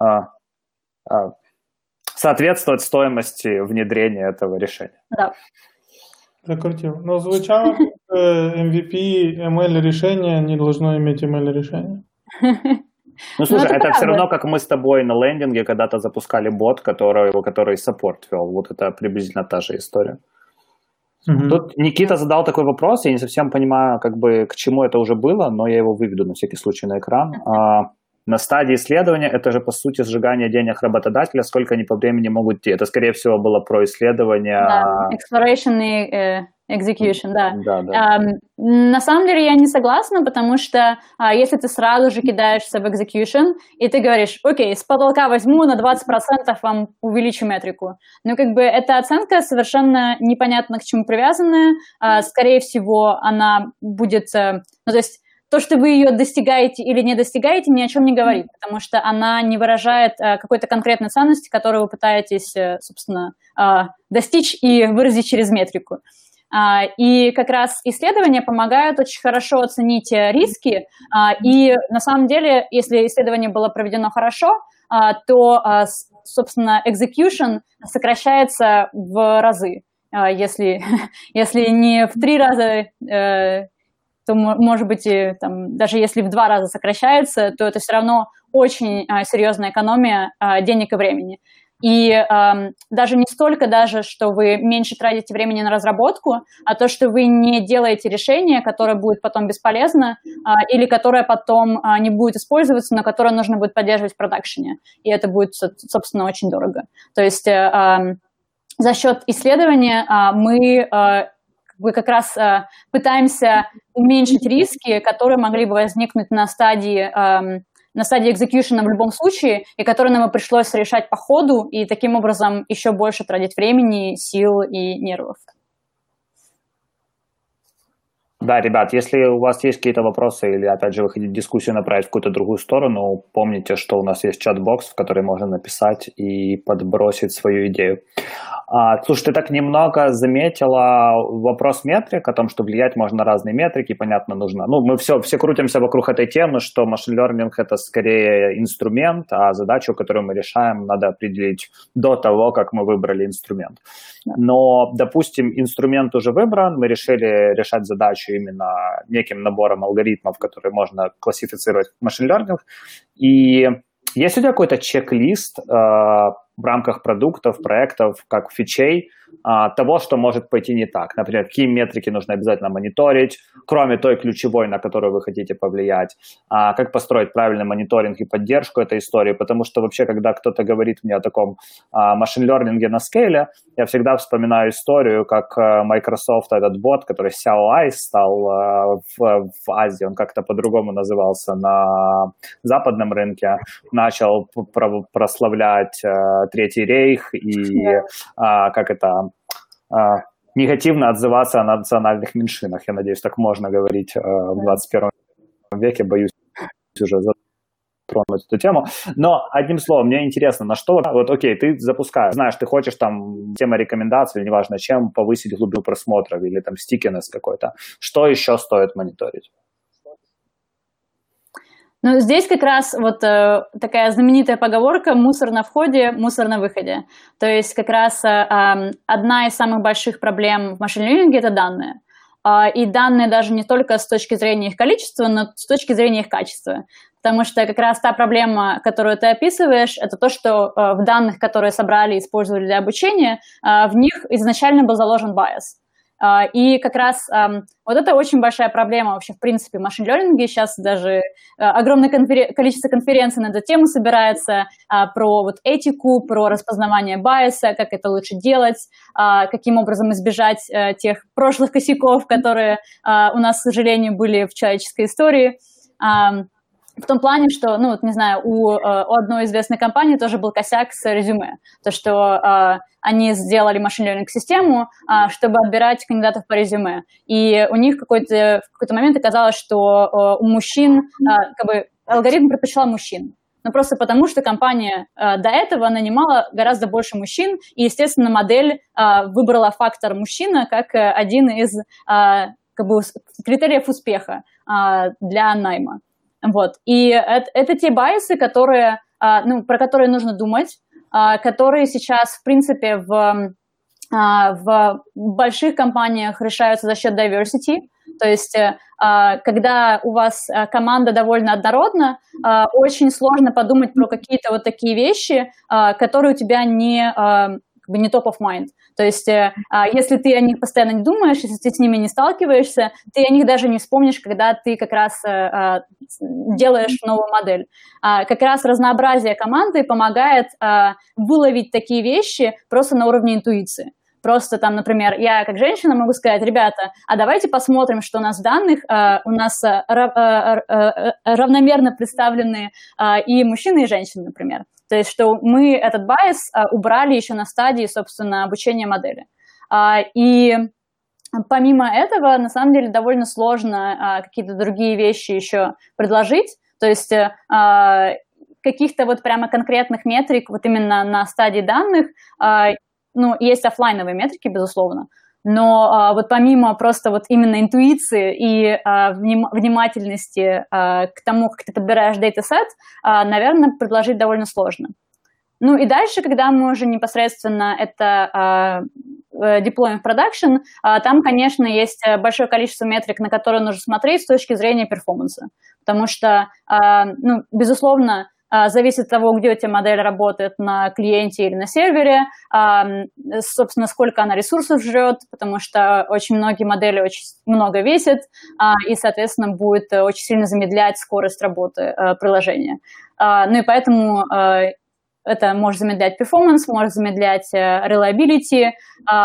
соответствовать стоимости внедрения этого решения. Да. Закрутил. Но звучало, что эм ви пи эм эл-решение не должно иметь эм эл-решение. Ну, слушай, это, это все равно, как мы с тобой на лендинге когда-то запускали бот, который, который саппорт вел. Вот это приблизительно та же история. Угу. Тут Никита задал такой вопрос, я не совсем понимаю, как бы, к чему это уже было, но я его выведу на всякий случай на экран. А, на стадии исследования это же, по сути, сжигание денег работодателя, сколько они по времени могут идти. Это, скорее всего, было про исследование... Да, exploration и э, execution, да. да, да. А, на самом деле я не согласна, потому что а, если ты сразу же кидаешься в execution, и ты говоришь, окей, с потолка возьму, на двадцать процентов вам увеличу метрику. Ну, как бы, эта оценка совершенно непонятно к чему привязанная. А, скорее всего, она будет... Ну, то есть то, что вы ее достигаете или не достигаете, ни о чем не говорит, потому что она не выражает а, какой-то конкретной ценности, которую вы пытаетесь, собственно, а, достичь и выразить через метрику. И как раз исследования помогают очень хорошо оценить риски. И на самом деле, если исследование было проведено хорошо, то, собственно, execution сокращается в разы. Если, если не в три раза, то, может быть, и, там, даже если в два раза сокращается, то это все равно очень серьезная экономия денег и времени. И э, даже не столько даже, что вы меньше тратите времени на разработку, а то, что вы не делаете решение, которое будет потом бесполезно, э, или которое потом э, не будет использоваться, но которое нужно будет поддерживать в продакшене. И это будет, собственно, очень дорого. То есть э, э, за счет исследования э, мы э, как раз э, пытаемся уменьшить риски, которые могли бы возникнуть на стадии э, на стадии экзекьюшена в любом случае, и которые нам и пришлось решать по ходу, и таким образом еще больше тратить времени, сил и нервов. Да, ребят, если у вас есть какие-то вопросы или, опять же, вы хотите дискуссию направить в какую-то другую сторону, помните, что у нас есть чат-бокс, в который можно написать и подбросить свою идею. А, слушай, ты так немного заметила вопрос метрик, о том, что влиять можно на разные метрики, понятно, нужно. Ну, мы все, все крутимся вокруг этой темы, что машин learning — это скорее инструмент, а задачу, которую мы решаем, надо определить до того, как мы выбрали инструмент. Но, допустим, инструмент уже выбран, мы решили решать задачу именно неким набором алгоритмов, которые можно классифицировать в машин learning. И есть у тебя какой-то чек-лист э, в рамках продуктов, проектов, как фичей, э, того, что может пойти не так? Например, какие метрики нужно обязательно мониторить, кроме той ключевой, на которую вы хотите повлиять, э, как построить правильный мониторинг и поддержку этой истории, потому что вообще, когда кто-то говорит мне о таком машин-лернинге на скейле, я всегда вспоминаю историю, как Microsoft, этот бот, который Xiao Eyes стал э, в, в Азии, он как-то по-другому назывался на западном рынке, начал про- прославлять э, Третий рейх и э, как это э, негативно отзываться о национальных меньшинах. Я надеюсь, так можно говорить э, в двадцать первом веке, боюсь уже затронуть эту тему. Но, одним словом, мне интересно, на что... Вот, окей, ты запускаешь, знаешь, ты хочешь там тема рекомендаций, неважно чем, повысить глубину просмотров или там стикинес какой-то. Что еще стоит мониторить? Ну, здесь как раз вот э, такая знаменитая поговорка «мусор на входе, мусор на выходе». То есть как раз э, одна из самых больших проблем в машин-лернинге – это данные. Э, и данные даже не только с точки зрения их количества, но с точки зрения их качества. Потому что как раз та проблема, которую ты описываешь, это то, что э, в данных, которые собрали и использовали для обучения, э, в них изначально был заложен байс. И как раз um, вот это очень большая проблема вообще в принципе в машин-лернинге. Сейчас даже uh, огромное конфер... количество конференций на эту тему собирается uh, про вот этику, про распознавание байса, как это лучше делать, uh, каким образом избежать uh, тех прошлых косяков, которые uh, у нас, к сожалению, были в человеческой истории. Um, В том плане, что, ну, вот, не знаю, у, у одной известной компании тоже был косяк с резюме. То, что э, они сделали машин-лернинг-систему, э, чтобы отбирать кандидатов по резюме. И у них в какой-то, в какой-то момент оказалось, что э, у мужчин, э, как бы, алгоритм предпочитал мужчин. Но просто потому, что компания э, до этого нанимала гораздо больше мужчин, и, естественно, модель э, выбрала фактор мужчина как э, один из э, как бы, критериев успеха э, для найма. Вот. И это, это те байсы, которые, ну, про которые нужно думать, которые сейчас, в принципе, в, в больших компаниях решаются за счет diversity. То есть, когда у вас команда довольно однородна, очень сложно подумать про какие-то вот такие вещи, которые у тебя не, как бы не top of mind. То есть, если ты о них постоянно не думаешь, если ты с ними не сталкиваешься, ты о них даже не вспомнишь, когда ты как раз делаешь новую модель. Как раз разнообразие команды помогает выловить такие вещи просто на уровне интуиции. Просто там, например, я как женщина могу сказать: ребята, а давайте посмотрим, что у нас в данных, у нас равномерно представлены и мужчины, и женщины, например. То есть, что мы этот байс убрали еще на стадии, собственно, обучения модели. И помимо этого, на самом деле, довольно сложно какие-то другие вещи еще предложить. То есть, каких-то вот прямо конкретных метрик вот именно на стадии данных, ну, есть офлайновые метрики, безусловно. Но вот помимо просто вот именно интуиции и внимательности к тому, как ты подбираешь датасет, наверное, предложить довольно сложно. Ну и дальше, когда мы уже непосредственно это деплоим в продакшн, там, конечно, есть большое количество метрик, на которые нужно смотреть с точки зрения перформанса. Потому что, ну, безусловно, зависит от того, где у тебя модель работает, на клиенте или на сервере, собственно, сколько она ресурсов жрет, потому что очень многие модели очень много весят, и, соответственно, будет очень сильно замедлять скорость работы приложения. Ну и поэтому это может замедлять перформанс, может замедлять reliability,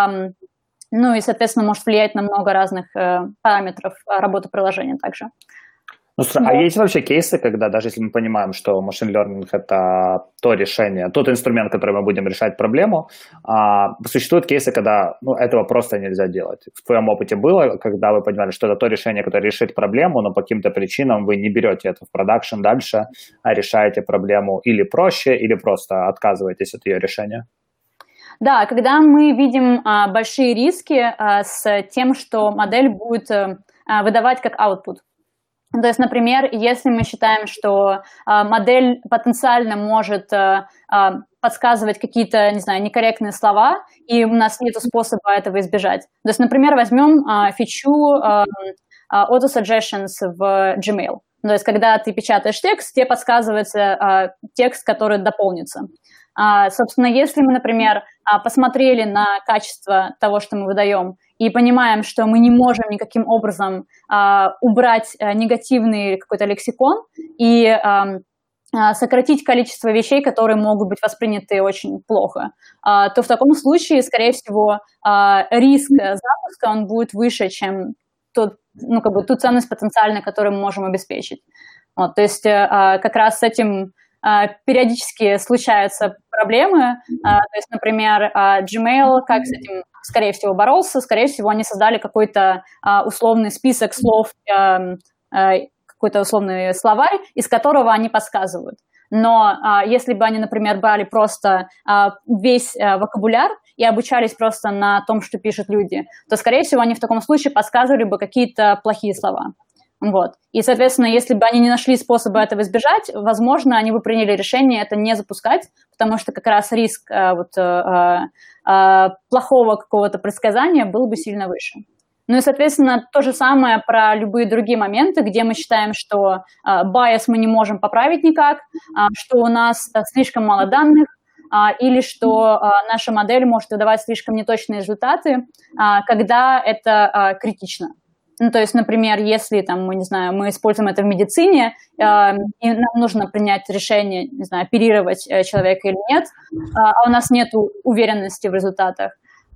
ну и, соответственно, может влиять на много разных параметров работы приложения также. Ну, а есть вообще кейсы, когда даже если мы понимаем, что machine learning – это то решение, тот инструмент, который мы будем решать проблему, а, существуют кейсы, когда ну, этого просто нельзя делать. В твоем опыте было, когда вы понимали, что это то решение, которое решит проблему, но по каким-то причинам вы не берете это в продакшн дальше, а решаете проблему или проще, или просто отказываетесь от ее решения? Да, когда мы видим а, большие риски а, с тем, что модель будет а, выдавать как output. То есть, например, если мы считаем, что э, модель потенциально может э, э, подсказывать какие-то, не знаю, некорректные слова, и у нас нет способа этого избежать. То есть, например, возьмем э, фичу э, э, auto-suggestions в Gmail. То есть, когда ты печатаешь текст, тебе подсказывается э, текст, который дополнится. Uh, собственно, если мы, например, uh, посмотрели на качество того, что мы выдаем, и понимаем, что мы не можем никаким образом uh, убрать uh, негативный какой-то лексикон и uh, uh, сократить количество вещей, которые могут быть восприняты очень плохо, uh, то в таком случае, скорее всего, uh, риск запуска он будет выше, чем тот, ну, как бы, ту ценность потенциально, которую мы можем обеспечить. Вот, то есть uh, как раз с этим периодически случаются проблемы, то есть, например, Gmail, как с этим, скорее всего, боролся, скорее всего, они создали какой-то условный список слов, какой-то условный словарь, из которого они подсказывают. Но если бы они, например, брали просто весь вокабуляр и обучались просто на том, что пишут люди, то, скорее всего, они в таком случае подсказывали бы какие-то плохие слова. Вот. И, соответственно, если бы они не нашли способа этого избежать, возможно, они бы приняли решение это не запускать, потому что как раз риск э, вот, э, э, плохого какого-то предсказания был бы сильно выше. Ну и, соответственно, то же самое про любые другие моменты, где мы считаем, что э, байс мы не можем поправить никак, э, что у нас э, слишком мало данных, э, или что э, наша модель может выдавать слишком неточные результаты, э, когда это э, критично. Ну, то есть, например, если, там, мы, не знаю, мы используем это в медицине, э, и нам нужно принять решение, не знаю, оперировать э, человека или нет, э, а у нас нет уверенности в результатах.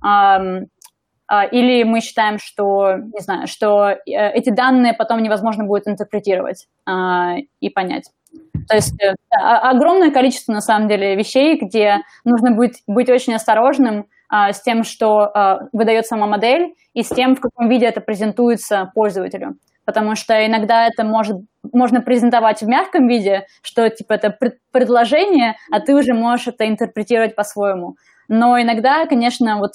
Э, э, или мы считаем, что, не знаю, что э, эти данные потом невозможно будет интерпретировать э, и понять. То есть э, огромное количество, на самом деле, вещей, где нужно быть, быть очень осторожным э, с тем, что э, выдает сама модель, и с тем, в каком виде это презентуется пользователю. Потому что иногда это может, можно презентовать в мягком виде, что типа это пред, предложение, а ты уже можешь это интерпретировать по-своему. Но иногда, конечно, вот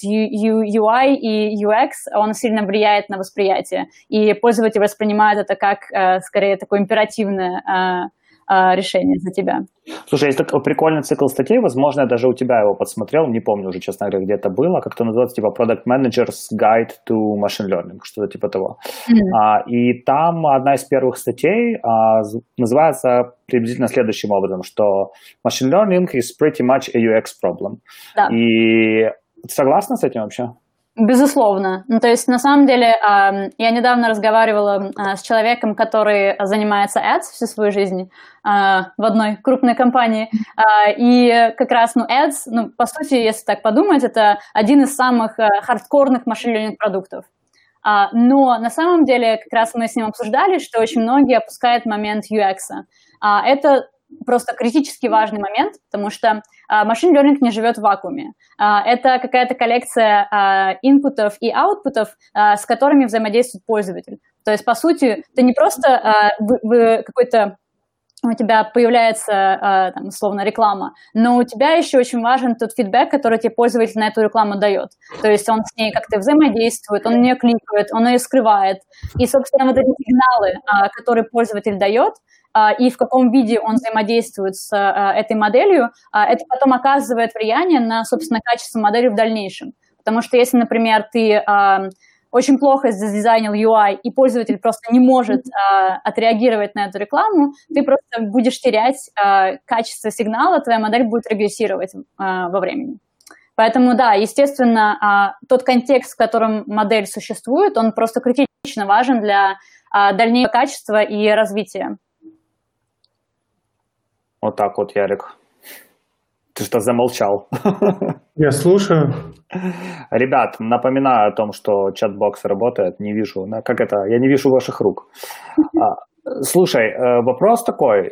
ю ай и ю экс, он сильно влияет на восприятие, и пользователь воспринимает это как, э, скорее, такое императивное э, решение за тебя. Слушай, есть такой прикольный цикл статей, возможно, я даже у тебя его подсмотрел, не помню уже, честно говоря, где это было, как-то называется, типа Product Manager's Guide to Machine Learning, что-то типа того. Mm-hmm. А, и там одна из первых статей а, называется приблизительно следующим образом, что Machine Learning is pretty much a ю экс problem. Да. И ты согласна с этим вообще? Безусловно. Ну, то есть, на самом деле, э, я недавно разговаривала э, с человеком, который занимается ads всю свою жизнь э, в одной крупной компании. Э, и как раз, ну, ads, ну, по сути, если так подумать, это один из самых э, хардкорных machine learning продуктов. Э, но на самом деле, как раз мы с ним обсуждали, что очень многие опускают момент ю экс. Э, это просто критически важный момент, потому что машин uh, learning не живет в вакууме. Uh, это какая-то коллекция uh, инпутов и аутпутов, uh, с которыми взаимодействует пользователь. То есть, по сути, ты не просто uh, в, в какой-то у тебя появляется, там, условно, реклама, но у тебя еще очень важен тот фидбэк, который тебе пользователь на эту рекламу дает. То есть он с ней как-то взаимодействует, он ее кликает, он ее скрывает. И, собственно, вот эти сигналы, которые пользователь дает, и в каком виде он взаимодействует с этой моделью, это потом оказывает влияние на, собственно, качество модели в дальнейшем. Потому что если, например, ты очень плохо задизайнил ю ай, и пользователь просто не может а, отреагировать на эту рекламу, ты просто будешь терять а, качество сигнала, твоя модель будет регрессировать а, во времени. Поэтому, да, естественно, а, тот контекст, в котором модель существует, он просто критично важен для а, дальнейшего качества и развития. Вот так вот, Ярик. Ты что, замолчал? Я слушаю. Ребят, напоминаю о том, что чат-бокс работает. Не вижу, как это? Я не вижу ваших рук. Слушай, вопрос такой.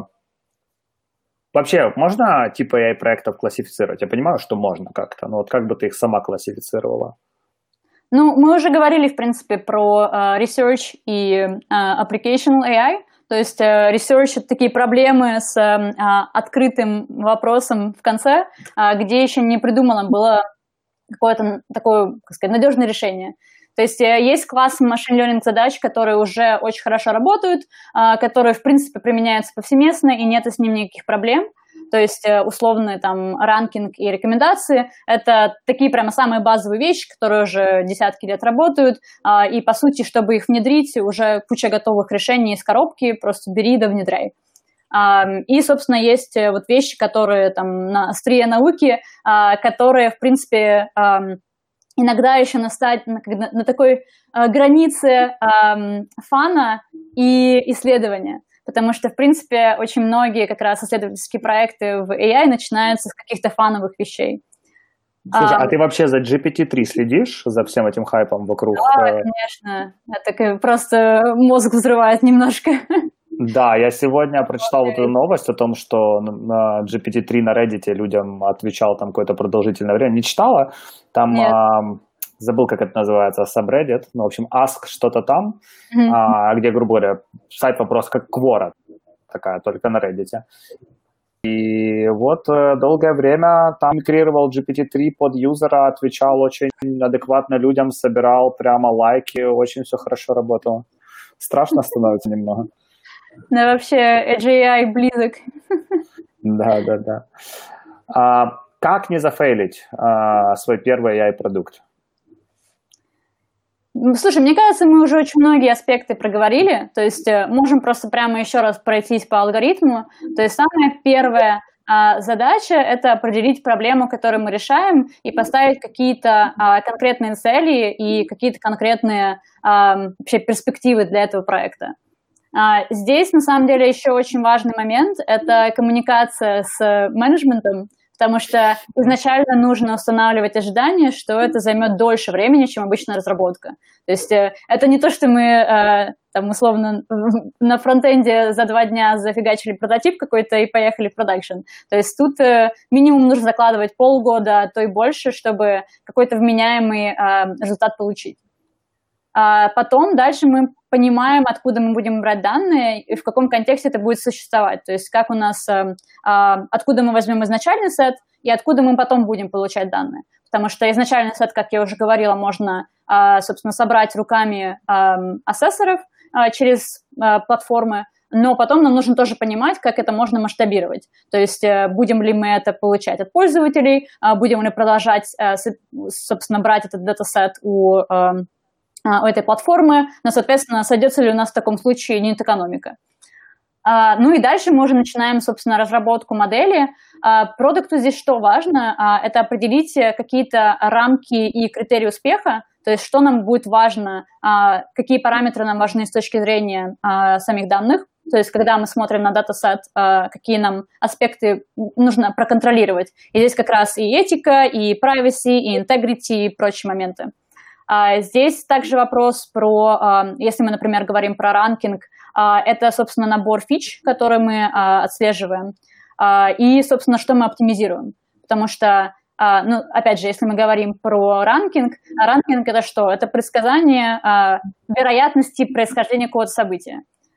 Вообще, можно типа эй ай-проектов классифицировать? Я понимаю, что можно как-то, но вот как бы ты их сама классифицировала? Ну, мы уже говорили, в принципе, про uh, research и uh, applicational эй ай. То есть uh, research — это такие проблемы с uh, открытым вопросом в конце, uh, где еще не придумано было какое-то такое, как сказать, надежное решение. То есть uh, есть класс machine learning задач, которые уже очень хорошо работают, uh, которые, в принципе, применяются повсеместно, и нет с ним никаких проблем. То есть условные там ранкинг и рекомендации – это такие прямо самые базовые вещи, которые уже десятки лет работают, и, по сути, чтобы их внедрить, уже куча готовых решений из коробки, просто бери да внедряй. И, собственно, есть вот вещи, которые там на острие науки, которые, в принципе, иногда еще на, стадии, на, на такой границе фана и исследования. Потому что, в принципе, очень многие как раз исследовательские проекты в эй ай начинаются с каких-то фановых вещей. Слушай, а, а ты вообще за джи пи ти три следишь, за всем этим хайпом вокруг? Да, конечно. Это просто мозг взрывает немножко. Да, я сегодня прочитал okay. вот эту новость о том, что на джи пи ти три на Reddit людям отвечал там какое-то продолжительное время. Не читала? Там... Забыл, как это называется, subreddit, ну, в общем, ask что-то там, mm-hmm. а, где, грубо говоря, сайт вопрос как Quora, такая, только на Reddit. И вот долгое время там мигрировал джи пи ти три под юзера, отвечал очень адекватно людям, собирал прямо лайки, очень все хорошо работало. Страшно становится немного. Да, вообще, Edge эй ай близок. Да, да, да. А, как не зафейлить а, свой первый эй ай-продукт? Слушай, мне кажется, мы уже очень многие аспекты проговорили, то есть можем просто прямо еще раз пройтись по алгоритму. То есть самая первая а, задача – это определить проблему, которую мы решаем, и поставить какие-то а, конкретные цели и какие-то конкретные а, вообще перспективы для этого проекта. А, здесь, на самом деле, еще очень важный момент – это коммуникация с менеджментом, потому что изначально нужно устанавливать ожидание, что это займет дольше времени, чем обычная разработка. То есть э, это не то, что мы э, там, условно на фронтенде за два дня зафигачили прототип какой-то и поехали в продакшн. То есть тут э, минимум нужно закладывать полгода, а то и больше, чтобы какой-то вменяемый э, результат получить. А потом дальше мы понимаем, откуда мы будем брать данные и в каком контексте это будет существовать. То есть как у нас, э, э, откуда мы возьмем изначальный сет и откуда мы потом будем получать данные. Потому что изначальный сет, как я уже говорила, можно, э, собственно, собрать руками э, ассессоров э, через э, платформы, но потом нам нужно тоже понимать, как это можно масштабировать. То есть э, будем ли мы это получать от пользователей, э, будем ли продолжать, э, собственно, брать этот датасет у... Э, у этой платформы, но, соответственно, сойдется ли у нас в таком случае юнит-экономика. Ну и дальше мы уже начинаем, собственно, разработку модели. Продукту здесь что важно? Это определить какие-то рамки и критерии успеха, то есть что нам будет важно, какие параметры нам важны с точки зрения самих данных, то есть когда мы смотрим на датасет, какие нам аспекты нужно проконтролировать. И здесь как раз и этика, и privacy, и integrity, и прочие моменты. Здесь также вопрос про, если мы, например, говорим про ранкинг, это, собственно, набор фич, которые мы отслеживаем, и, собственно, что мы оптимизируем. Потому что, ну, опять же, если мы говорим про ранкинг, ранкинг – это что? Это предсказание вероятности происхождения какого-то события.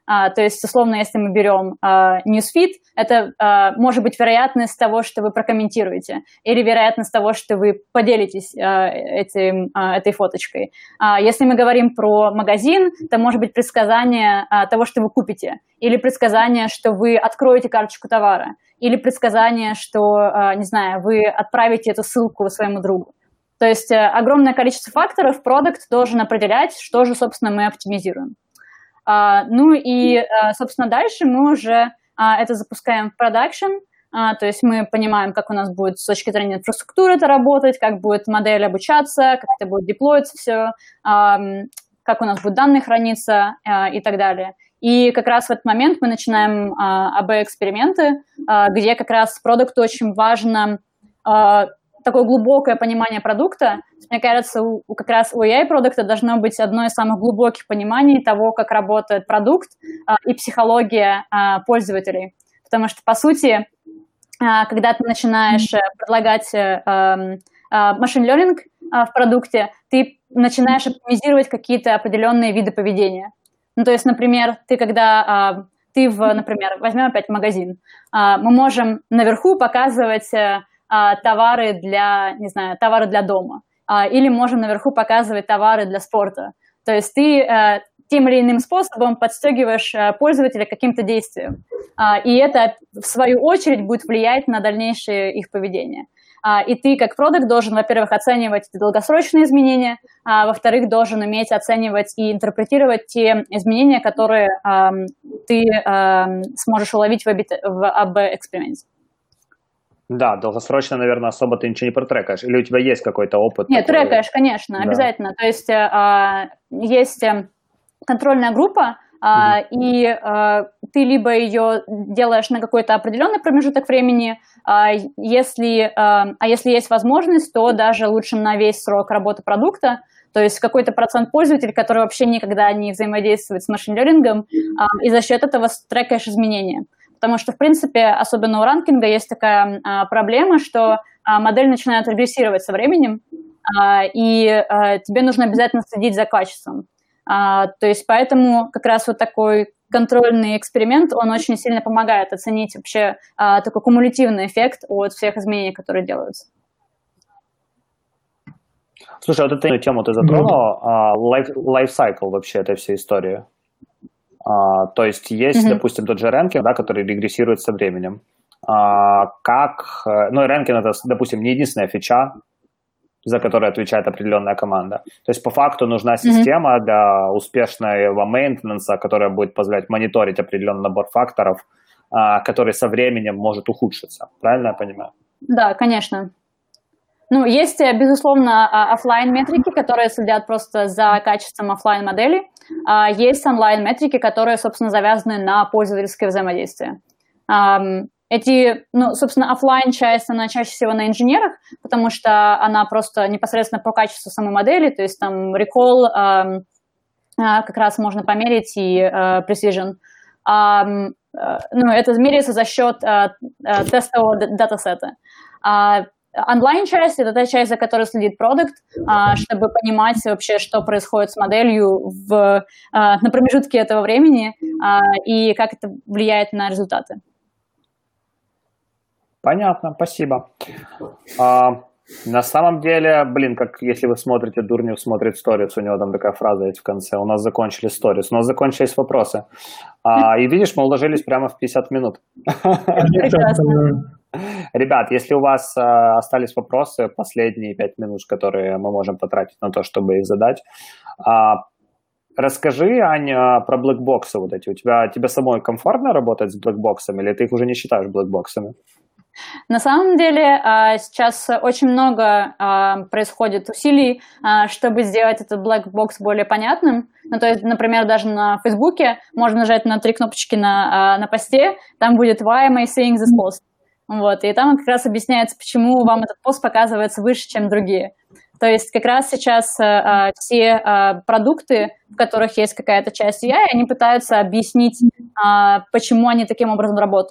А, то есть, условно, если мы берем а, newsfeed, это а, может быть вероятность того, что вы прокомментируете, или вероятность того, что вы поделитесь а, этим, а, этой фоточкой. А, если мы говорим про магазин, то может быть предсказание а, того, что вы купите, или предсказание, что вы откроете карточку товара, или предсказание, что, а, не знаю, вы отправите эту ссылку своему другу. То есть а, огромное количество факторов продукт должен определять, что же, собственно, мы оптимизируем. Uh, ну и, uh, собственно, дальше мы уже uh, это запускаем в продакшн, uh, то есть мы понимаем, как у нас будет с точки зрения инфраструктуры это работать, как будет модель обучаться, как это будет деплоиться все, uh, как у нас будут данные храниться uh, и так далее. И как раз в этот момент мы начинаем uh, эй би-эксперименты, uh, где как раз продукту очень важно uh, такое глубокое понимание продукта. Мне кажется, у, как раз у эй ай-продукта должно быть одно из самых глубоких пониманий того, как работает продукт а, и психология а, пользователей. Потому что, по сути, а, когда ты начинаешь предлагать машин learning а, в продукте, ты начинаешь оптимизировать какие-то определенные виды поведения. Ну, то есть, например, ты когда... А, ты, в, например, возьмем опять магазин, а, мы можем наверху показывать... товары для, не знаю, товары для дома. Или можем наверху показывать товары для спорта. То есть ты тем или иным способом подстегиваешь пользователя к каким-то действиям. И это, в свою очередь, будет влиять на дальнейшее их поведение. И ты, как продакт, должен, во-первых, оценивать долгосрочные изменения, а во-вторых, должен уметь оценивать и интерпретировать те изменения, которые ты сможешь уловить в эй би-эксперименте. Да, долгосрочно, наверное, особо ты ничего не протрекаешь. Или у тебя есть какой-то опыт? Нет, такой? трекаешь, конечно, да. Обязательно. То есть э, есть контрольная группа, э, mm-hmm. и э, ты либо ее делаешь на какой-то определенный промежуток времени, э, если, э, а если есть возможность, то даже лучше на весь срок работы продукта. То есть какой-то процент пользователей, который вообще никогда не взаимодействует с машин-лернингом, э, и за счет этого трекаешь изменения. Потому что, в принципе, особенно у ранкинга есть такая а, проблема, что а, модель начинает регрессировать со временем, а, и а, тебе нужно обязательно следить за качеством. А, то есть поэтому как раз вот такой контрольный эксперимент, он очень сильно помогает оценить вообще а, такой кумулятивный эффект от всех изменений, которые делаются. Слушай, вот эту тему ты затронула, life, life cycle вообще этой всей истории. Uh, то есть есть, mm-hmm. допустим, тот же рэнкинг, да, который регрессирует со временем. Uh, как, ну и рэнкинг это, допустим, не единственная фича, за которую отвечает определенная команда. То есть по факту нужна система mm-hmm. для успешного мейнтенанса, которая будет позволять мониторить определенный набор факторов, uh, который со временем может ухудшиться. Правильно я понимаю? Да, конечно. Ну, есть, безусловно, офлайн-метрики, которые следят просто за качеством офлайн-модели. Есть онлайн-метрики, которые, собственно, завязаны на пользовательское взаимодействие. Эти, ну, собственно, офлайн-часть, она чаще всего на инженерах, потому что она просто непосредственно по качеству самой модели, то есть там recall как раз можно померить и precision. Ну, это меряется за счет тестового датасета. Онлайн-часть – это та часть, за которой следит продукт, чтобы понимать вообще, что происходит с моделью в, на промежутке этого времени и как это влияет на результаты. Понятно, спасибо. А, на самом деле, блин, как если вы смотрите, Дурнев смотрит сторис, у него там такая фраза есть в конце. У нас закончились сторис, у нас закончились вопросы. А, и видишь, мы уложились прямо в пятьдесят минут. Прекрасно. Ребят, если у вас э, остались вопросы, последние пять минут, которые мы можем потратить на то, чтобы их задать, э, расскажи, Аня, про блэкбоксы вот эти. У тебя, тебе самой комфортно работать с блэкбоксами или ты их уже не считаешь блэкбоксами? На самом деле сейчас очень много происходит усилий, чтобы сделать этот black box более понятным. Ну, то есть, например, даже на Фейсбуке можно нажать на три кнопочки на, на посте, там будет «Why am I seeing this post?» Вот, и там как раз объясняется, почему вам этот пост показывается выше, чем другие. То есть как раз сейчас а, все а, продукты, в которых есть какая-то часть эй ай, они пытаются объяснить, а, почему они таким образом работают.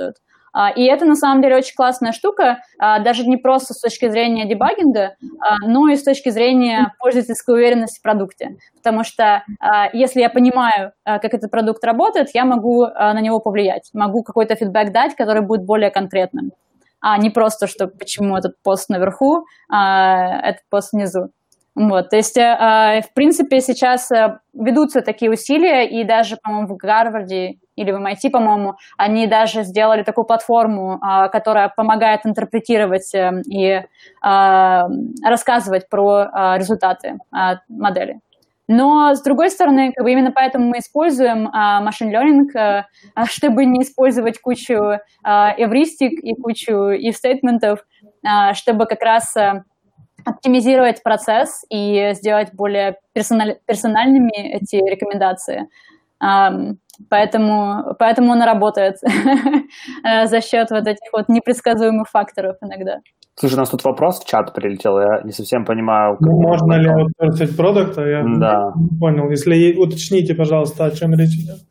И это, на самом деле, очень классная штука, даже не просто с точки зрения дебагинга, но и с точки зрения пользовательской уверенности в продукте. Потому что если я понимаю, как этот продукт работает, я могу на него повлиять, могу какой-то фидбэк дать, который будет более конкретным, а не просто, что почему этот пост наверху, а этот пост внизу. Вот, то есть, в принципе, сейчас ведутся такие усилия, и даже, по-моему, в Гарварде или в эм ай ти, по-моему, они даже сделали такую платформу, которая помогает интерпретировать и рассказывать про результаты модели. Но, с другой стороны, как бы именно поэтому мы используем машин learning, чтобы не использовать кучу эвристик и кучу if-стейтментов, чтобы как раз оптимизировать процесс и сделать более персональ, персональными эти рекомендации. Um, поэтому, поэтому он работает за счет вот этих вот непредсказуемых факторов иногда. Слушай, у нас тут вопрос в чат прилетел, я не совсем понимаю. Ну, можно ли аутсорсить продукта? Я да. не понял. Если уточните, пожалуйста, о чем речь идет.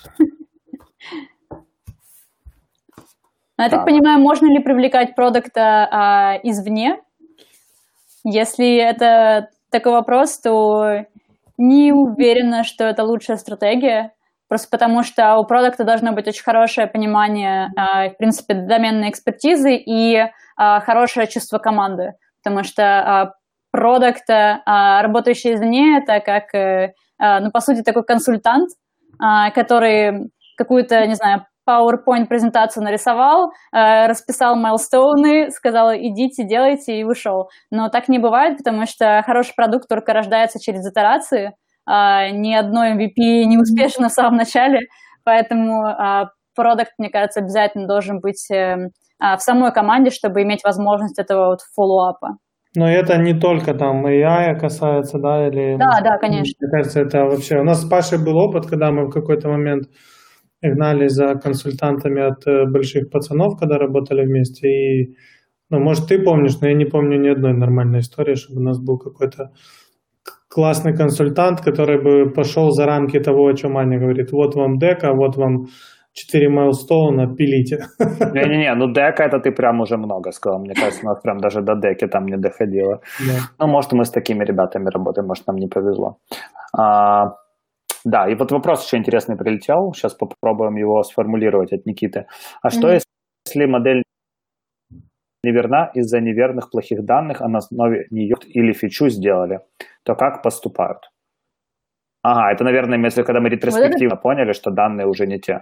Я так понимаю, можно ли привлекать продукта а, извне? Если это такой вопрос, то не уверена, что это лучшая стратегия, просто потому что у продукта должно быть очень хорошее понимание, в принципе, доменной экспертизы и хорошее чувство команды, потому что продукт, работающий извне, это как, ну, по сути, такой консультант, который какую-то, не знаю, PowerPoint-презентацию нарисовал, э, расписал майлстоуны, сказал, идите, делайте, и ушел. Но так не бывает, потому что хороший продукт только рождается через итерации. Э, ни одной эм ви пи не успешно в самом начале, поэтому э, продукт, мне кажется, обязательно должен быть э, э, в самой команде, чтобы иметь возможность этого вот фоллоуапа. Но это не только там эй ай касается, да? Или, да, может, да, конечно. Мне кажется, это вообще... У нас с Пашей был опыт, когда мы в какой-то момент гнали за консультантами от больших пацанов, когда работали вместе. И, ну, может, ты помнишь, но я не помню ни одной нормальной истории, чтобы у нас был какой-то классный консультант, который бы пошел за рамки того, о чем Аня говорит. Вот вам дека, вот вам четыре майлстоуна, пилите. Не-не-не, ну дека это ты прям уже много сказал. Мне кажется, у нас прям даже до деки там не доходило. Да. Ну, может, мы с такими ребятами работаем, может, нам не повезло. А... Да, и вот вопрос еще интересный прилетел, сейчас попробуем его сформулировать от Никиты. А что, mm-hmm. если модель неверна из-за неверных плохих данных, а на основе нее или фичу сделали, то как поступают? Ага, это, наверное, если когда мы ретроспективно вот это... поняли, что данные уже не те.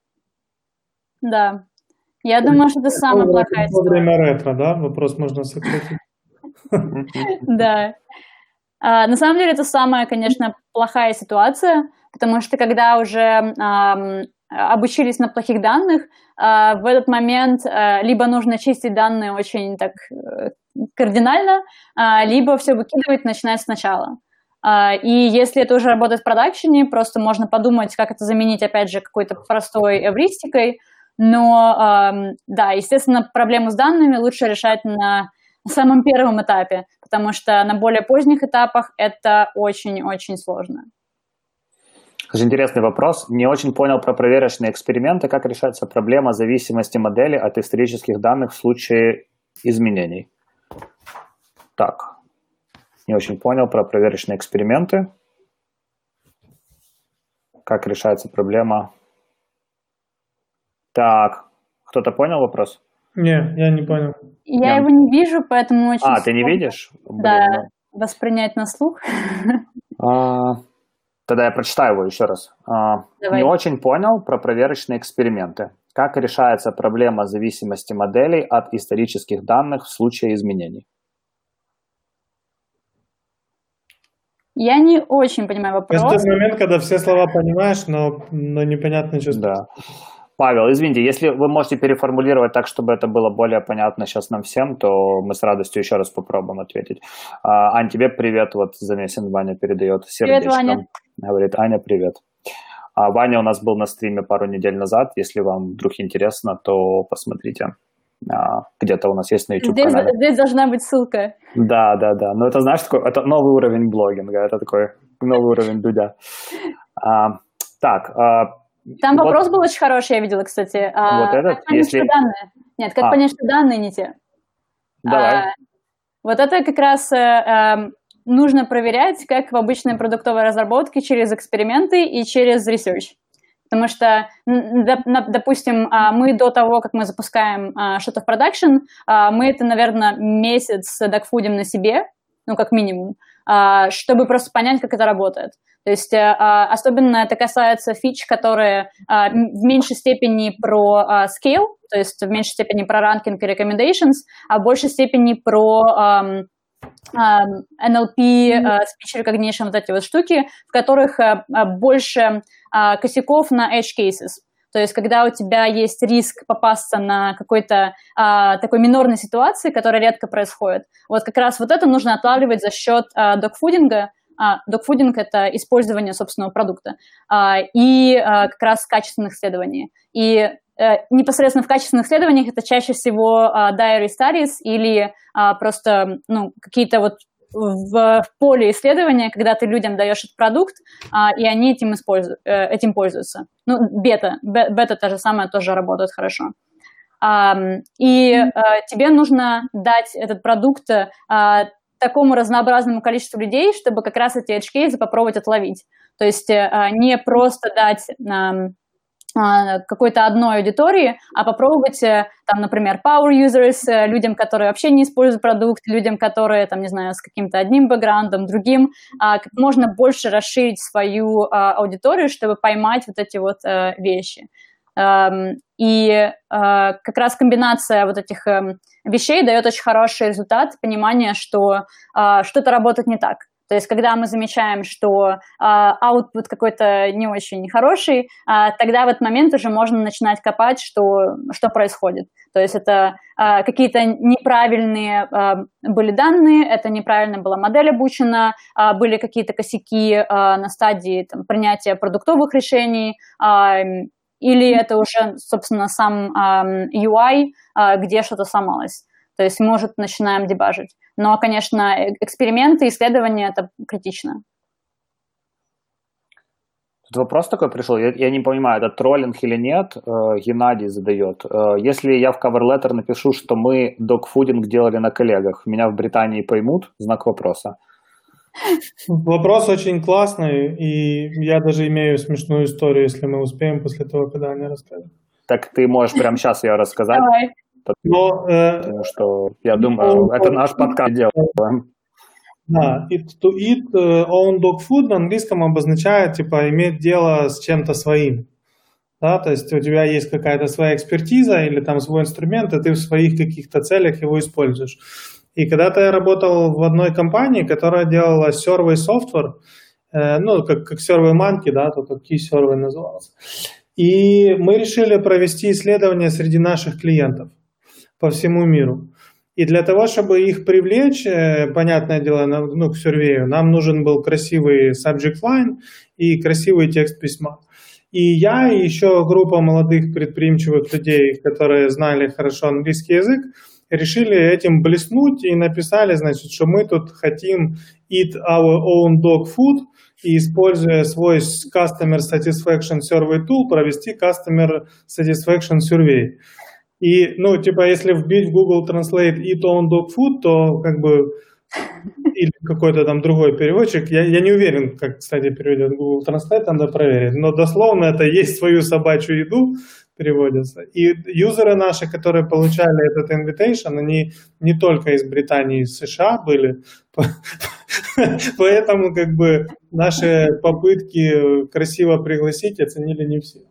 Да, я думаю, что это самая плохая ситуация. Во время ретро, да? Вопрос можно сократить. Да. Uh, на самом деле это самая, конечно, плохая ситуация, потому что когда уже uh, обучились на плохих данных, uh, в этот момент uh, либо нужно чистить данные очень так uh, кардинально, uh, либо все выкидывать, начинать сначала. Uh, и если это уже работает в продакшене, просто можно подумать, как это заменить, опять же, какой-то простой эвристикой, но, uh, да, естественно, проблему с данными лучше решать на самом первом этапе, потому что на более поздних этапах это очень-очень сложно. Скажи, интересный вопрос. Не очень понял про проверочные эксперименты. Как решается проблема зависимости модели от исторических данных в случае изменений? Так. Не очень понял про проверочные эксперименты. Как решается проблема? Так. Кто-то понял вопрос? Не, я не понял. Я, я его не вижу, поэтому очень А, ты не видишь? Блин, да, ну... воспринять на слух. А, тогда я прочитаю его еще раз. А, не очень понял про проверочные эксперименты. Как решается проблема зависимости моделей от исторических данных в случае изменений? Я не очень понимаю вопрос. Это тот момент, когда все слова понимаешь, но, но непонятно, что да. Павел, извините, если вы можете переформулировать так, чтобы это было более понятно сейчас нам всем, то мы с радостью еще раз попробуем ответить. А, Ань, тебе привет, вот Замесин Ваня передает сердечко. Привет, Ваня. Говорит, Аня, привет. А Ваня у нас был на стриме пару недель назад, если вам вдруг интересно, то посмотрите. А, где-то у нас есть на YouTube-канале. Здесь, здесь должна быть ссылка. Да, да, да. Ну это, знаешь, такой, это новый уровень блогинга, это такой новый уровень Дудя. А, так, а, Там Вот, вопрос был очень хороший, я видела, кстати. А, вот этот, как понять, если... что данные? Нет, как А, понять, что данные не те? давай. А, вот это как раз э, э, нужно проверять, как в обычной продуктовой разработке, через эксперименты и через research. Потому что, допустим, мы до того, как мы запускаем что-то в продакшн, мы это, наверное, месяц догфудим на себе, ну, как минимум, чтобы просто понять, как это работает. То есть особенно это касается фич, которые в меньшей степени про scale, то есть в меньшей степени про ранкинг и recommendations, а в большей степени про эн эл пи, speech recognition, вот эти вот штуки, в которых больше косяков на edge cases. То есть когда у тебя есть риск попасться на какой-то а, такой минорной ситуации, которая редко происходит, вот как раз вот это нужно отлавливать за счет а, догфудинга. А, догфудинг – это использование собственного продукта. А, и а, как раз качественных исследований. И а, непосредственно в качественных исследованиях это чаще всего а, diary studies или а, просто ну, какие-то вот В, в поле исследования, когда ты людям даешь этот продукт, а, и они этим, используют, э, этим пользуются. Ну, бета, бета та же самая тоже работает хорошо. А, и а, тебе нужно дать этот продукт а, такому разнообразному количеству людей, чтобы как раз эти edge cases попробовать отловить. То есть а, не просто дать... А, какой-то одной аудитории, а попробовать, там, например, power users, людям, которые вообще не используют продукт, людям, которые, там, не знаю, с каким-то одним бэкграундом, другим, как можно больше расширить свою аудиторию, чтобы поймать вот эти вот вещи. И как раз комбинация вот этих вещей дает очень хороший результат, понимание, что что-то работает не так. То есть, когда мы замечаем, что output какой-то не очень хороший, тогда в этот момент уже можно начинать копать, что, что происходит. То есть, это какие-то неправильные были данные, это неправильно была модель обучена, были какие-то косяки на стадии там, принятия продуктовых решений, или это уже, собственно, сам ю ай, где что-то сломалось. То есть, может, начинаем дебажить. Но, конечно, эксперименты, исследования – это критично. Тут вопрос такой пришел, я, я не понимаю, это троллинг или нет, Геннадий задает. Если я в cover letter напишу, что мы догфудинг делали на коллегах, меня в Британии поймут? Знак вопроса. Вопрос очень классный, и я даже имею смешную историю, если мы успеем после того, когда Аня расскажет. Так ты можешь прямо сейчас ее рассказать? Давай. Но, э, потому что, я думаю, но, это наш подкаст делаем. Да, eat to eat own dog food на английском обозначает, типа, иметь дело с чем-то своим. Да, то есть у тебя есть какая-то своя экспертиза или там свой инструмент, и ты в своих каких-то целях его используешь. И когда-то я работал в одной компании, которая делала survey software, э, ну, как, как survey monkey, да, только key survey назывался. И мы решили провести исследование среди наших клиентов по всему миру. И для того, чтобы их привлечь, понятное дело, ну, к сюрвею, нам нужен был красивый subject line и красивый текст письма. И я, и еще группа молодых предприимчивых людей, которые знали хорошо английский язык, решили этим блеснуть и написали, значит, что мы тут хотим eat our own dog food и, используя свой Customer Satisfaction Survey Tool, провести Customer Satisfaction Survey. И, ну, типа, если вбить в Google Translate eat own dog food, то, как бы, или какой-то там другой переводчик, я, я не уверен, как, кстати, переведет Google Translate, надо проверить, но дословно это есть свою собачью еду, переводится. И юзеры наши, которые получали этот invitation, они не только из Британии, из США были, поэтому, как бы, наши попытки красиво пригласить оценили не все.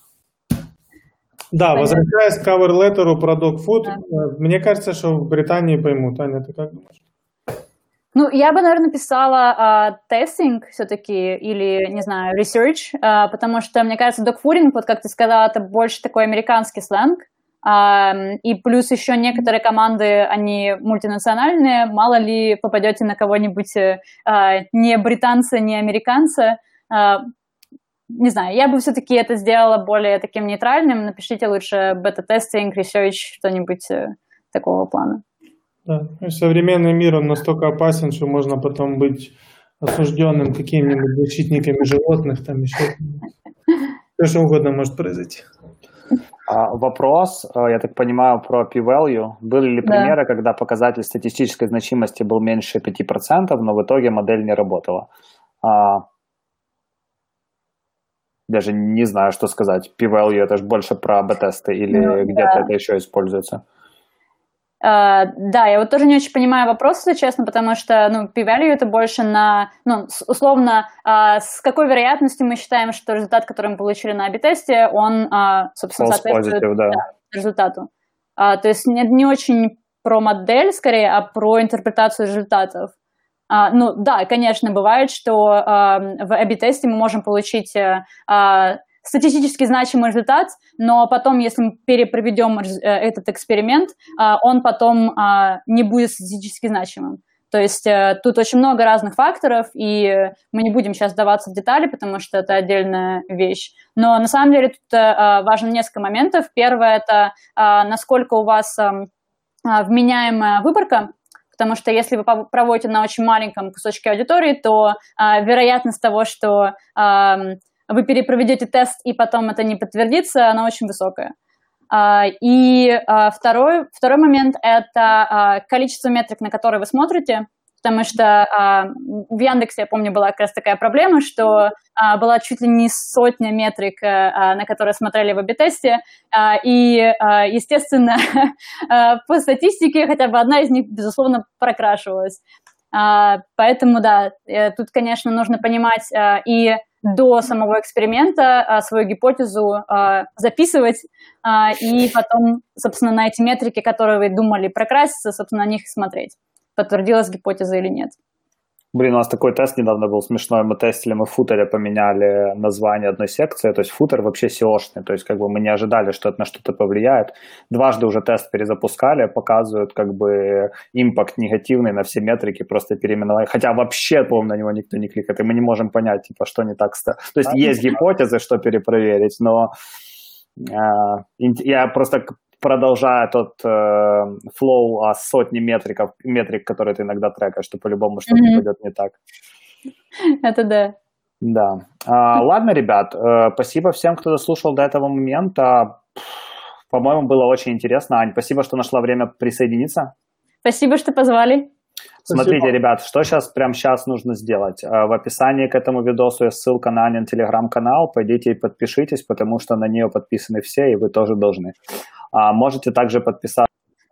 Да, понятно. Возвращаясь к cover letter про dog food, да. Мне кажется, что в Британии поймут. Аня, ты как думаешь? Ну, я бы, наверное, писала тестинг uh, все-таки или, не знаю, research, uh, потому что, мне кажется, dogfooding, вот как ты сказала, это больше такой американский сленг, uh, и плюс еще некоторые команды, они мультинациональные, мало ли попадете на кого-нибудь uh, не британца, не американца, uh, не знаю, я бы все-таки это сделала более таким нейтральным. Напишите лучше бета-тестинг, research, что-нибудь такого плана. Да. Современный мир, он настолько опасен, что можно потом быть осужденным какими-нибудь защитниками животных, там еще. Все что угодно может произойти. А, вопрос, я так понимаю, про P-value. Были ли примеры, да. когда показатель статистической значимости был меньше пяти процентов, но в итоге модель не работала? А, даже не знаю, что сказать. P-value — это же больше про эй би-тесты или ну, где-то да. это еще используется? Uh, да, я вот тоже не очень понимаю вопрос, если честно, потому что, ну, P-value это больше на, ну, условно, uh, с какой вероятностью мы считаем, что результат, который мы получили на эй би-тесте, он, uh, собственно, False соответствует positive, да. Да, результату. Uh, то есть не, не очень про модель, скорее, а про интерпретацию результатов. Uh, ну, да, конечно, бывает, что uh, в эй би-тесте мы можем получить uh, статистически значимый результат, но потом, если мы перепроведем этот эксперимент, он потом не будет статистически значимым. То есть тут очень много разных факторов, и мы не будем сейчас вдаваться в детали, потому что это отдельная вещь. Но на самом деле тут важно несколько моментов. Первое – это насколько у вас вменяемая выборка, потому что если вы проводите на очень маленьком кусочке аудитории, то вероятность того, что вы перепроведете тест, и потом это не подтвердится, она очень высокая. И второй, второй момент – это количество метрик, на которые вы смотрите, потому что в Яндексе, я помню, была как раз такая проблема, что была чуть ли не сотня метрик, на которые смотрели в эй би-тесте, и, естественно, по статистике хотя бы одна из них, безусловно, прокрашивалась. Поэтому, да, тут, конечно, нужно понимать и до самого эксперимента а, свою гипотезу а, записывать а, и потом, собственно, на эти метрики, которые вы думали прокраситься, собственно, на них смотреть, подтвердилась гипотеза или нет. Блин, у нас такой тест недавно был смешной. Мы тестили, мы в футере поменяли название одной секции, то есть футер вообще сеошный, то есть как бы мы не ожидали, что это на что-то повлияет. Дважды уже тест перезапускали, показывают как бы импакт негативный на все метрики, просто переименовали. Хотя вообще, по-моему, на него никто не кликает, и мы не можем понять, типа, что не так. То есть есть гипотезы, что перепроверить, но э, я просто... продолжая тот э, флоу о сотне метриков, метрик, которые ты иногда трекаешь, что по-любому что-то mm-hmm. пойдет не так. Это да. Да. А, ладно, ребят, э, спасибо всем, кто дослушал до этого момента. По-моему, было очень интересно. Ань, спасибо, что нашла время присоединиться. Спасибо, что позвали. Смотрите, спасибо. Ребят, что сейчас, прямо сейчас нужно сделать? В описании к этому видосу есть ссылка на Анин телеграм-канал. Пойдите и подпишитесь, потому что на нее подписаны все, и вы тоже должны. А можете также подписаться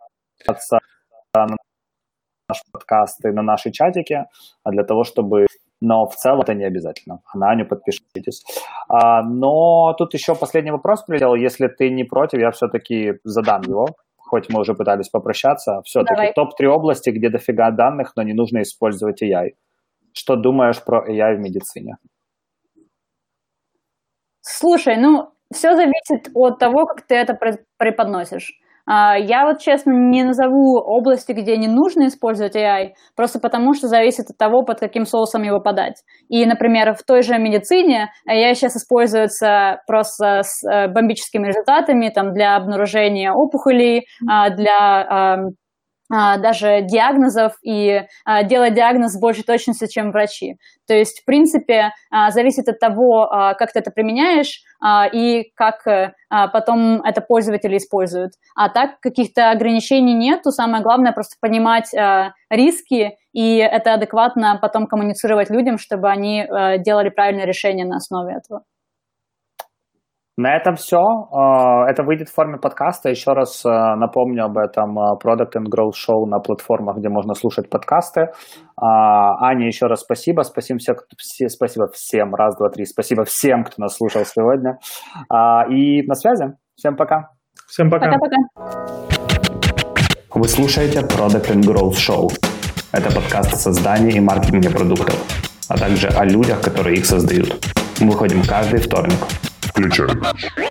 на наш подкаст и на наши чатики, для того, чтобы... Но в целом это не обязательно. А на Аню подпишитесь. А, но тут еще последний вопрос прилетел. Если ты не против, я все-таки задам его. Хоть мы уже пытались попрощаться. Все-таки топ три области, где дофига данных, но не нужно использовать эй ай. Что думаешь про эй ай в медицине? Слушай, ну... Все зависит от того, как ты это преподносишь. Я вот, честно, не назову области, где не нужно использовать эй ай, просто потому что зависит от того, под каким соусом его подать. И, например, в той же медицине эй ай сейчас используется просто с бомбическими результатами там, для обнаружения опухолей, для... даже диагнозов и а, делать диагноз с большей точностью, чем врачи. То есть, в принципе, а, зависит от того, а, как ты это применяешь а, и как а, потом это пользователи используют. А так каких-то ограничений нет, то самое главное просто понимать а, риски и это адекватно потом коммуницировать людям, чтобы они а, делали правильное решение на основе этого. На этом все. Это выйдет в форме подкаста. Еще раз напомню об этом Product and Growth Show на платформах, где можно слушать подкасты. Аня, еще раз спасибо. Спасибо всем, спасибо всем. Раз, два, три. Спасибо всем, кто нас слушал сегодня. И на связи. Всем пока. Всем пока. Пока-пока. Вы слушаете Product and Growth Show. Это подкаст о создании и маркетинге продуктов, а также о людях, которые их создают. Мы выходим каждый вторник. Включаем.